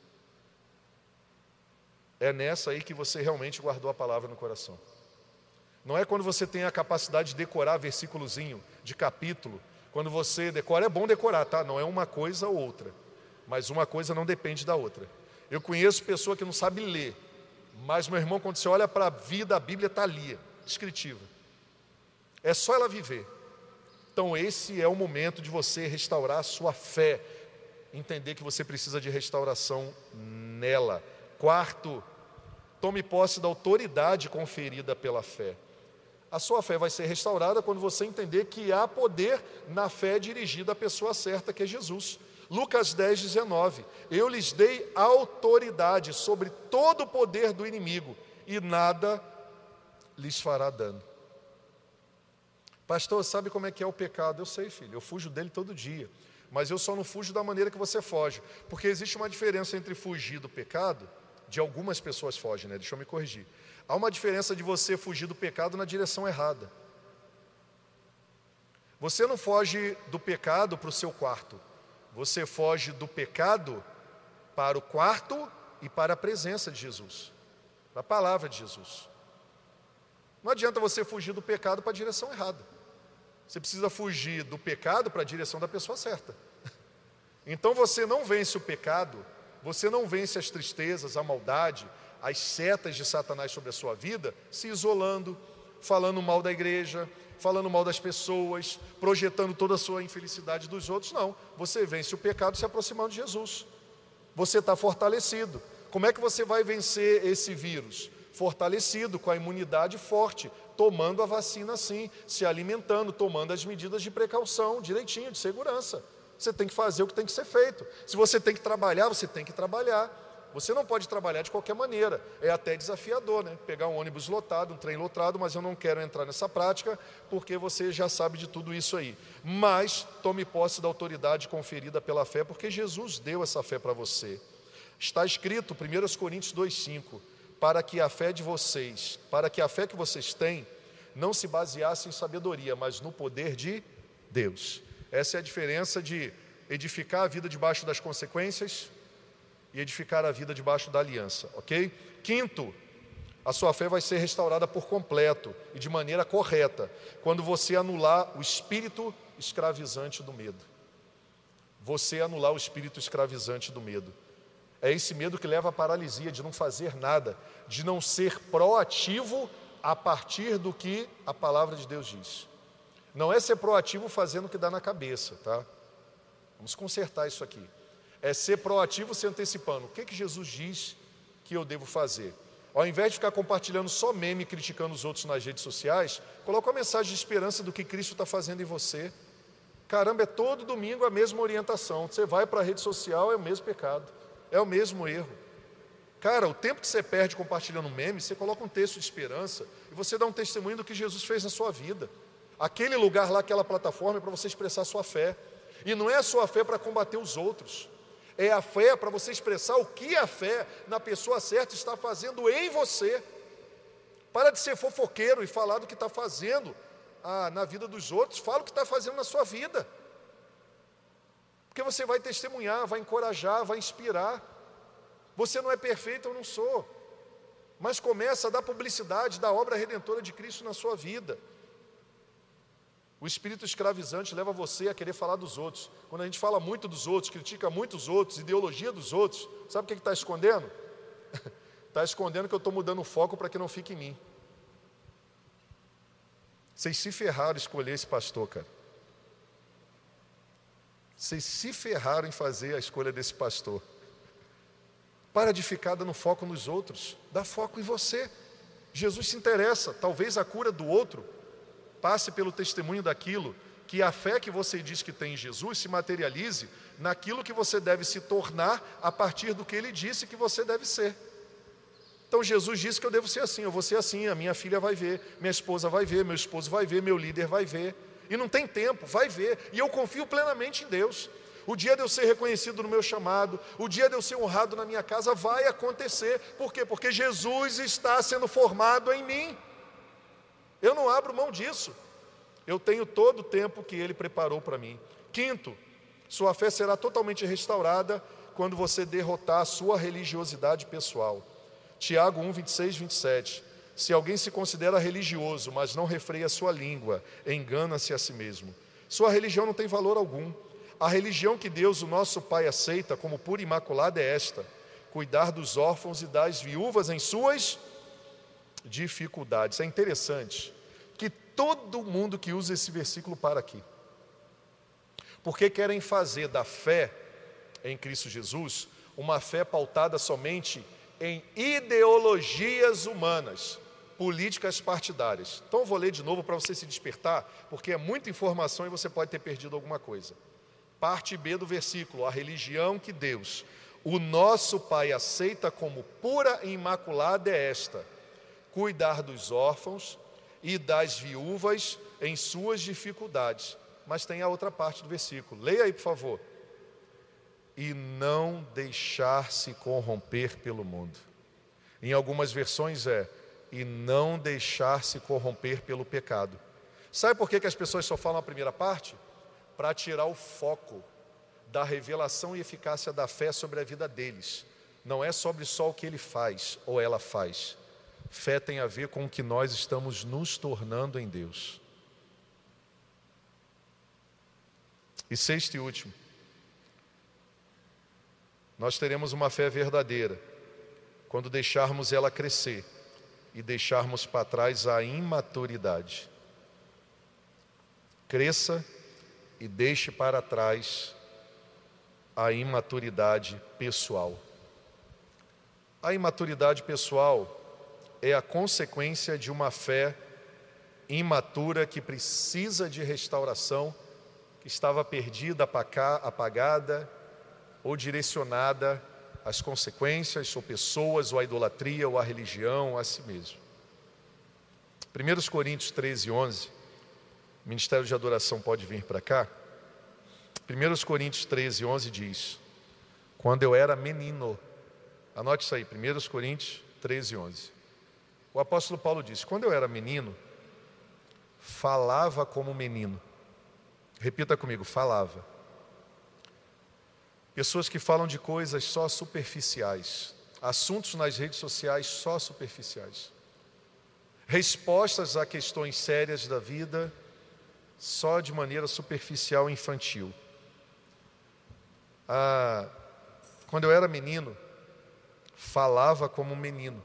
[SPEAKER 1] É nessa aí que você realmente guardou a palavra no coração. Não é quando você tem a capacidade de decorar versículozinho, de capítulo. Quando você decora, é bom decorar, tá? Não é uma coisa ou outra. Mas uma coisa não depende da outra. Eu conheço pessoa que não sabe ler. Mas, meu irmão, quando você olha para a vida, a Bíblia está ali, descritiva. É só ela viver. Então esse é o momento de você restaurar a sua fé. entender que você precisa de restauração nela. Quarto, tome posse da autoridade conferida pela fé. A sua fé vai ser restaurada quando você entender que há poder na fé dirigida à pessoa certa, que é Jesus. Lucas dez, dezenove. Eu lhes dei autoridade sobre todo o poder do inimigo, e nada lhes fará dano. Pastor, sabe como é que é o pecado? Eu sei, filho, eu fujo dele todo dia. Mas eu só não fujo da maneira que você foge. Porque existe uma diferença entre fugir do pecado, de algumas pessoas fogem, né? Deixa eu me corrigir. Há uma diferença de você fugir do pecado na direção errada. Você não foge do pecado para o seu quarto. Você foge do pecado para o quarto e para a presença de Jesus, para a palavra de Jesus. Não adianta você fugir do pecado para a direção errada. Você precisa fugir do pecado para a direção da pessoa certa. Então você não vence o pecado, você não vence as tristezas, a maldade, as setas de Satanás sobre a sua vida, se isolando, falando mal da igreja, falando mal das pessoas, projetando toda a sua infelicidade dos outros. Não, você vence o pecado se aproximando de Jesus. Você está fortalecido. Como é que você vai vencer esse vírus? Fortalecido, com a imunidade forte, tomando a vacina sim, se alimentando, tomando as medidas de precaução, direitinho, de segurança. Você tem que fazer o que tem que ser feito. Se você tem que trabalhar, você tem que trabalhar. Você não pode trabalhar de qualquer maneira. É até desafiador, né? Pegar um ônibus lotado, um trem lotado, mas eu não quero entrar nessa prática, porque você já sabe de tudo isso aí. Mas tome posse da autoridade conferida pela fé, porque Jesus deu essa fé para você. Está escrito, primeira Coríntios dois, cinco, para que a fé de vocês, para que a fé que vocês têm, não se baseasse em sabedoria, mas no poder de Deus. Essa é a diferença de edificar a vida debaixo das consequências e edificar a vida debaixo da aliança, ok? Quinto, a sua fé vai ser restaurada por completo e de maneira correta, quando você anular o espírito escravizante do medo. Você anular o espírito escravizante do medo. É esse medo que leva à paralisia, de não fazer nada, de não ser proativo a partir do que a palavra de Deus diz. Não é ser proativo fazendo o que dá na cabeça, tá? Vamos consertar isso aqui. É ser proativo se antecipando. O que que Jesus diz que eu devo fazer? Ao invés de ficar compartilhando só meme, criticando os outros nas redes sociais, coloca uma mensagem de esperança do que Cristo está fazendo em você. Caramba, é todo domingo a mesma orientação. Você vai para a rede social, é o mesmo pecado, é o mesmo erro. Cara, o tempo que você perde compartilhando meme, você coloca um texto de esperança e você dá um testemunho do que Jesus fez na sua vida. Aquele lugar lá, aquela plataforma é para você expressar a sua fé. E não é a sua fé para combater os outros. É a fé para você expressar o que a fé na pessoa certa está fazendo em você. Para de ser fofoqueiro e falar do que está fazendo ah, na vida dos outros. Fala o que está fazendo na sua vida. Porque você vai testemunhar, vai encorajar, vai inspirar. Você não é perfeito, eu não sou. Mas começa a dar publicidade da obra redentora de Cristo na sua vida. O espírito escravizante leva você a querer falar dos outros. Quando a gente fala muito dos outros, critica muito os outros, ideologia dos outros, sabe o que está escondendo? Está escondendo que eu estou mudando o foco para que não fique em mim. Vocês se ferraram em escolher esse pastor, cara. Vocês se ferraram em fazer a escolha desse pastor. Para de ficar dando foco nos outros, dá foco em você. Jesus se interessa, talvez a cura do outro passe pelo testemunho daquilo, que a fé que você diz que tem em Jesus se materialize naquilo que você deve se tornar a partir do que Ele disse que você deve ser. Então Jesus disse que eu devo ser assim, eu vou ser assim, a minha filha vai ver, minha esposa vai ver, meu esposo vai ver, meu líder vai ver. E não tem tempo, vai ver. E eu confio plenamente em Deus. O dia de eu ser reconhecido no meu chamado, o dia de eu ser honrado na minha casa vai acontecer. Por quê? Porque Jesus está sendo formado em mim. Eu não abro mão disso. Eu tenho todo o tempo que Ele preparou para mim. Quinto, sua fé será totalmente restaurada quando você derrotar a sua religiosidade pessoal. Tiago um, vinte e seis, vinte e sete. Se alguém se considera religioso, mas não refreia a sua língua, engana-se a si mesmo. Sua religião não tem valor algum. A religião que Deus, o nosso Pai, aceita como pura e imaculada é esta: cuidar dos órfãos e das viúvas em suas dificuldades. É interessante que todo mundo que usa esse versículo para aqui, porque querem fazer da fé em Cristo Jesus, uma fé pautada somente em ideologias humanas, políticas partidárias. Então eu vou ler de novo para você se despertar, porque é muita informação e você pode ter perdido alguma coisa. Parte B do versículo: a religião que Deus, o nosso Pai, aceita como pura e imaculada é esta: cuidar dos órfãos e das viúvas em suas dificuldades. Mas tem a outra parte do versículo, leia aí por favor: e não deixar-se corromper pelo mundo. Em algumas versões é: e não deixar-se corromper pelo pecado. Sabe por que que as pessoas só falam a primeira parte? Para tirar o foco da revelação e eficácia da fé sobre a vida deles. Não é sobre só o que ele faz ou ela faz. Fé tem a ver com o que nós estamos nos tornando em Deus. E sexto e último, nós teremos uma fé verdadeira quando deixarmos ela crescer e deixarmos para trás a imaturidade. Cresça e deixe para trás a imaturidade pessoal. A imaturidade pessoal é a consequência de uma fé imatura que precisa de restauração, que estava perdida, apagada ou direcionada às consequências, ou pessoas, ou à idolatria, ou à religião, ou a si mesmo. primeira Coríntios treze, onze, o Ministério de Adoração pode vir para cá. primeira Coríntios treze, onze diz: quando eu era menino, anote isso aí, primeira Coríntios treze, onze. O apóstolo Paulo disse: quando eu era menino, falava como menino. Repita comigo: falava. Pessoas que falam de coisas só superficiais, assuntos nas redes sociais só superficiais, respostas a questões sérias da vida só de maneira superficial e infantil. Ah, quando eu era menino, falava como menino,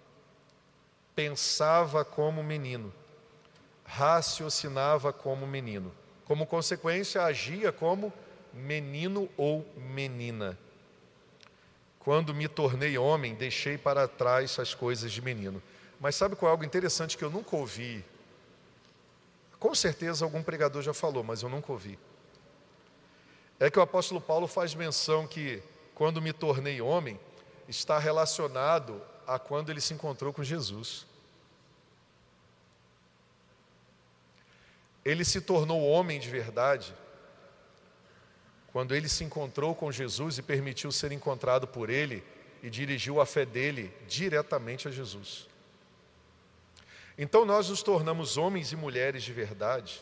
[SPEAKER 1] pensava como menino, raciocinava como menino. Como consequência, agia como menino ou menina. Quando me tornei homem, deixei para trás as coisas de menino. Mas sabe qual é algo interessante que eu nunca ouvi? Com certeza algum pregador já falou, mas eu nunca ouvi. É que o apóstolo Paulo faz menção que quando me tornei homem, está relacionado a quando ele se encontrou com Jesus. Ele se tornou homem de verdade quando ele se encontrou com Jesus e permitiu ser encontrado por ele e dirigiu a fé dele diretamente a Jesus. Então nós nos tornamos homens e mulheres de verdade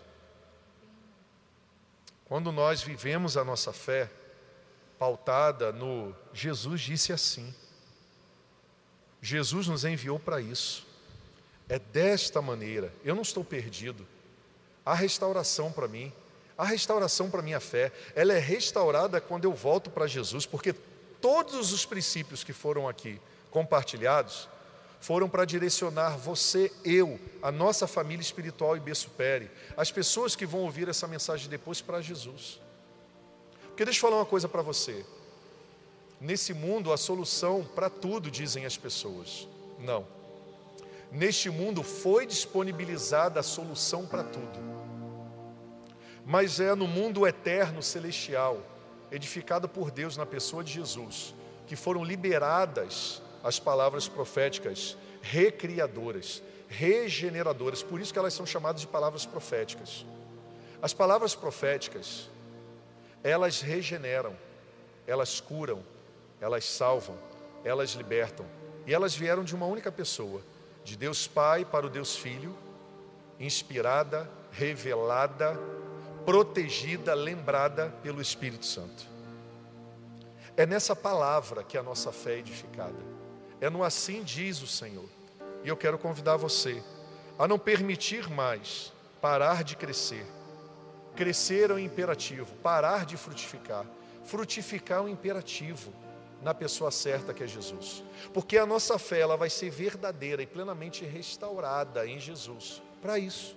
[SPEAKER 1] quando nós vivemos a nossa fé pautada no Jesus disse assim. Jesus nos enviou para isso. É desta maneira. Eu não estou perdido. Há restauração para mim. Há restauração para a minha fé. Ela é restaurada quando eu volto para Jesus, porque todos os princípios que foram aqui compartilhados foram para direcionar você, eu, a nossa família espiritual e Bessupere, as pessoas que vão ouvir essa mensagem depois, para Jesus. Porque deixa eu falar uma coisa para você. Nesse mundo, a solução para tudo, dizem as pessoas. Não. Neste mundo foi disponibilizada a solução para tudo. Mas é no mundo eterno, celestial, edificado por Deus na pessoa de Jesus, que foram liberadas as palavras proféticas recriadoras, regeneradoras. Por isso que elas são chamadas de palavras proféticas. As palavras proféticas, elas regeneram, elas curam, elas salvam, elas libertam. E elas vieram de uma única pessoa, de Deus Pai para o Deus Filho, inspirada, revelada, protegida, lembrada pelo Espírito Santo. É nessa palavra que a nossa fé é edificada. É no assim diz o Senhor. E eu quero convidar você a não permitir mais parar de crescer. Crescer é um imperativo, parar de frutificar. Frutificar é um imperativo na pessoa certa que é Jesus. Porque a nossa fé ela vai ser verdadeira e plenamente restaurada em Jesus. Para isso.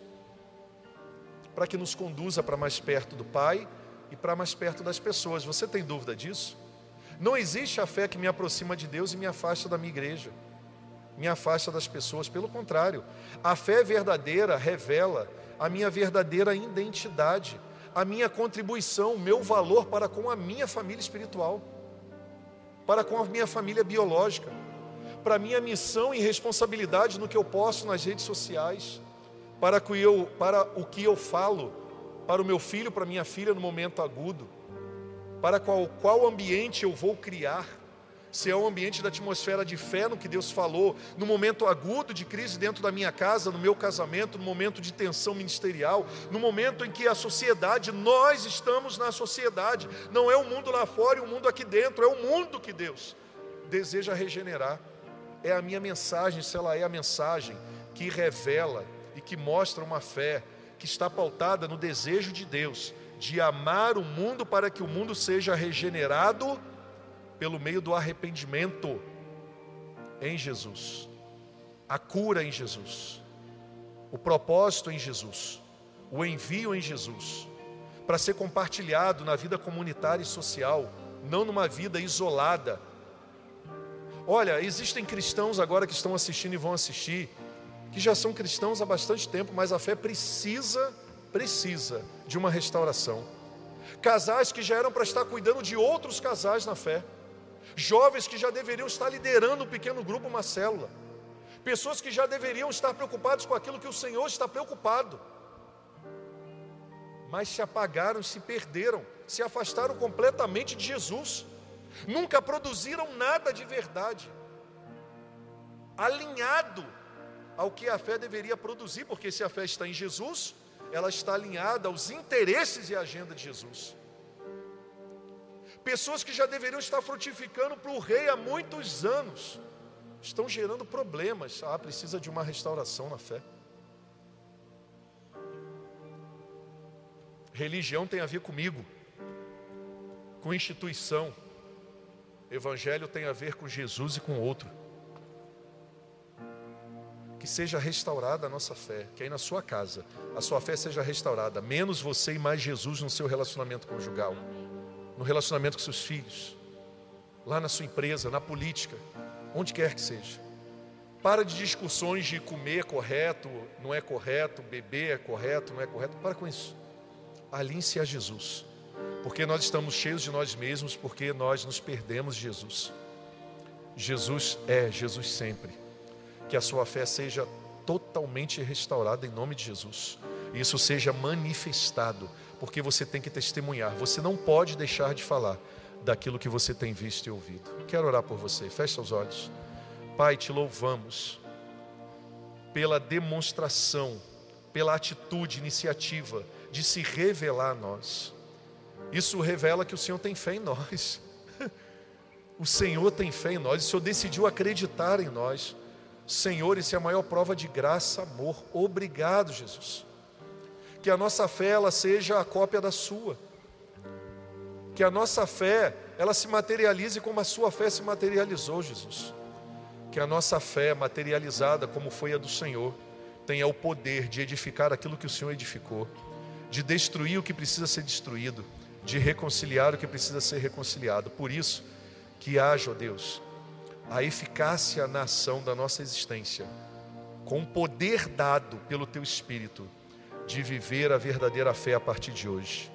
[SPEAKER 1] Para que nos conduza para mais perto do Pai e para mais perto das pessoas. Você tem dúvida disso? Não existe a fé que me aproxima de Deus e me afasta da minha igreja, me afasta das pessoas. Pelo contrário, a fé verdadeira revela a minha verdadeira identidade, a minha contribuição, o meu valor para com a minha família espiritual, para com a minha família biológica, para a minha missão e responsabilidade no que eu posto nas redes sociais, para, que eu, para o que eu falo para o meu filho, para a minha filha no momento agudo, para qual, qual ambiente eu vou criar, se é um ambiente da atmosfera de fé no que Deus falou, no momento agudo de crise dentro da minha casa, no meu casamento, no momento de tensão ministerial, no momento em que a sociedade, nós estamos na sociedade, não é o mundo lá fora e o mundo aqui dentro, é o mundo que Deus deseja regenerar. É a minha mensagem, se ela é a mensagem que revela e que mostra uma fé que está pautada no desejo de Deus de amar o mundo para que o mundo seja regenerado pelo meio do arrependimento em Jesus, a cura em Jesus, o propósito em Jesus, o envio em Jesus, para ser compartilhado na vida comunitária e social, não numa vida isolada. Olha, existem cristãos agora que estão assistindo e vão assistir, que já são cristãos há bastante tempo, mas a fé precisa, precisa de uma restauração. Casais que já eram para estar cuidando de outros casais na fé, jovens que já deveriam estar liderando um pequeno grupo, uma célula, pessoas que já deveriam estar preocupados com aquilo que o Senhor está preocupado, mas se apagaram, se perderam, se afastaram completamente de Jesus, nunca produziram nada de verdade, alinhado ao que a fé deveria produzir, porque se a fé está em Jesus, ela está alinhada aos interesses e à agenda de Jesus. Pessoas que já deveriam estar frutificando para o rei há muitos anos, estão gerando problemas. Ah, precisa de uma restauração na fé. Religião tem a ver comigo, com instituição. Evangelho tem a ver com Jesus e com outro. Que seja restaurada a nossa fé, que aí na sua casa a sua fé seja restaurada, menos você e mais Jesus no seu relacionamento conjugal, no relacionamento com seus filhos, lá na sua empresa, na política, onde quer que seja. Para de discussões de comer é correto, não é correto, beber é correto, não é correto. Para com isso. Alinhe-se a Jesus, porque nós estamos cheios de nós mesmos, porque nós nos perdemos de Jesus. Jesus é, Jesus sempre. Que a sua fé seja totalmente restaurada em nome de Jesus. E isso seja manifestado, porque você tem que testemunhar. Você não pode deixar de falar daquilo que você tem visto e ouvido. Quero orar por você. Feche seus olhos. Pai, te louvamos pela demonstração, pela atitude, iniciativa de se revelar a nós. Isso revela que o Senhor tem fé em nós. O Senhor tem fé em nós. O Senhor decidiu acreditar em nós. Senhor, isso é a maior prova de graça, amor. Obrigado, Jesus. Que a nossa fé ela seja a cópia da sua. Que a nossa fé ela se materialize como a sua fé se materializou, Jesus. Que a nossa fé materializada como foi a do Senhor tenha o poder de edificar aquilo que o Senhor edificou, de destruir o que precisa ser destruído, de reconciliar o que precisa ser reconciliado. Por isso, que haja, ó Deus, a eficácia na ação da nossa existência, com o poder dado pelo Teu Espírito, de viver a verdadeira fé a partir de hoje.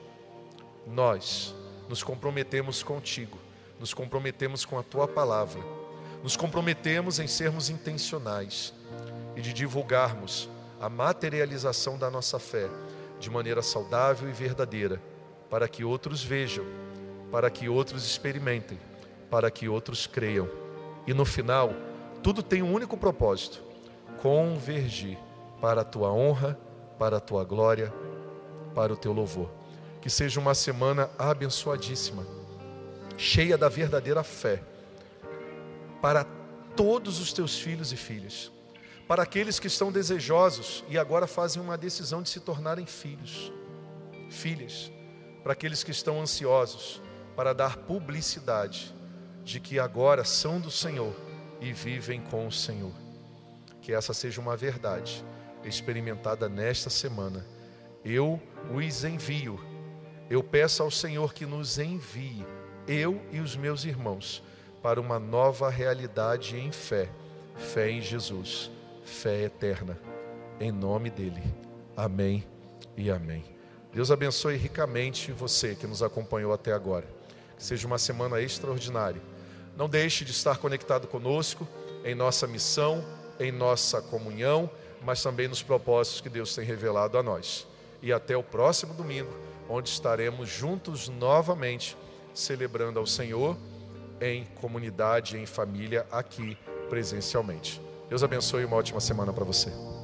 [SPEAKER 1] Nós nos comprometemos contigo, nos comprometemos com a Tua Palavra, nos comprometemos em sermos intencionais e de divulgarmos a materialização da nossa fé de maneira saudável e verdadeira, para que outros vejam, para que outros experimentem, para que outros creiam. E no final, tudo tem um único propósito: convergir para a Tua honra, para a Tua glória, para o Teu louvor. Que seja uma semana abençoadíssima, cheia da verdadeira fé, para todos os Teus filhos e filhas, para aqueles que estão desejosos e agora fazem uma decisão de se tornarem filhos, filhas, para aqueles que estão ansiosos, para dar publicidade de que agora são do Senhor e vivem com o Senhor. Que essa seja uma verdade experimentada nesta semana. Eu os envio, eu peço ao Senhor que nos envie eu e os meus irmãos, para uma nova realidade em fé, fé em Jesus, fé eterna, em nome dele. Amém e amém. Deus abençoe ricamente você que nos acompanhou até agora. Que seja uma semana extraordinária. Não deixe de estar conectado conosco em nossa missão, em nossa comunhão, mas também nos propósitos que Deus tem revelado a nós. E até o próximo domingo, onde estaremos juntos novamente, celebrando ao Senhor em comunidade, em família, aqui presencialmente. Deus abençoe e uma ótima semana para você.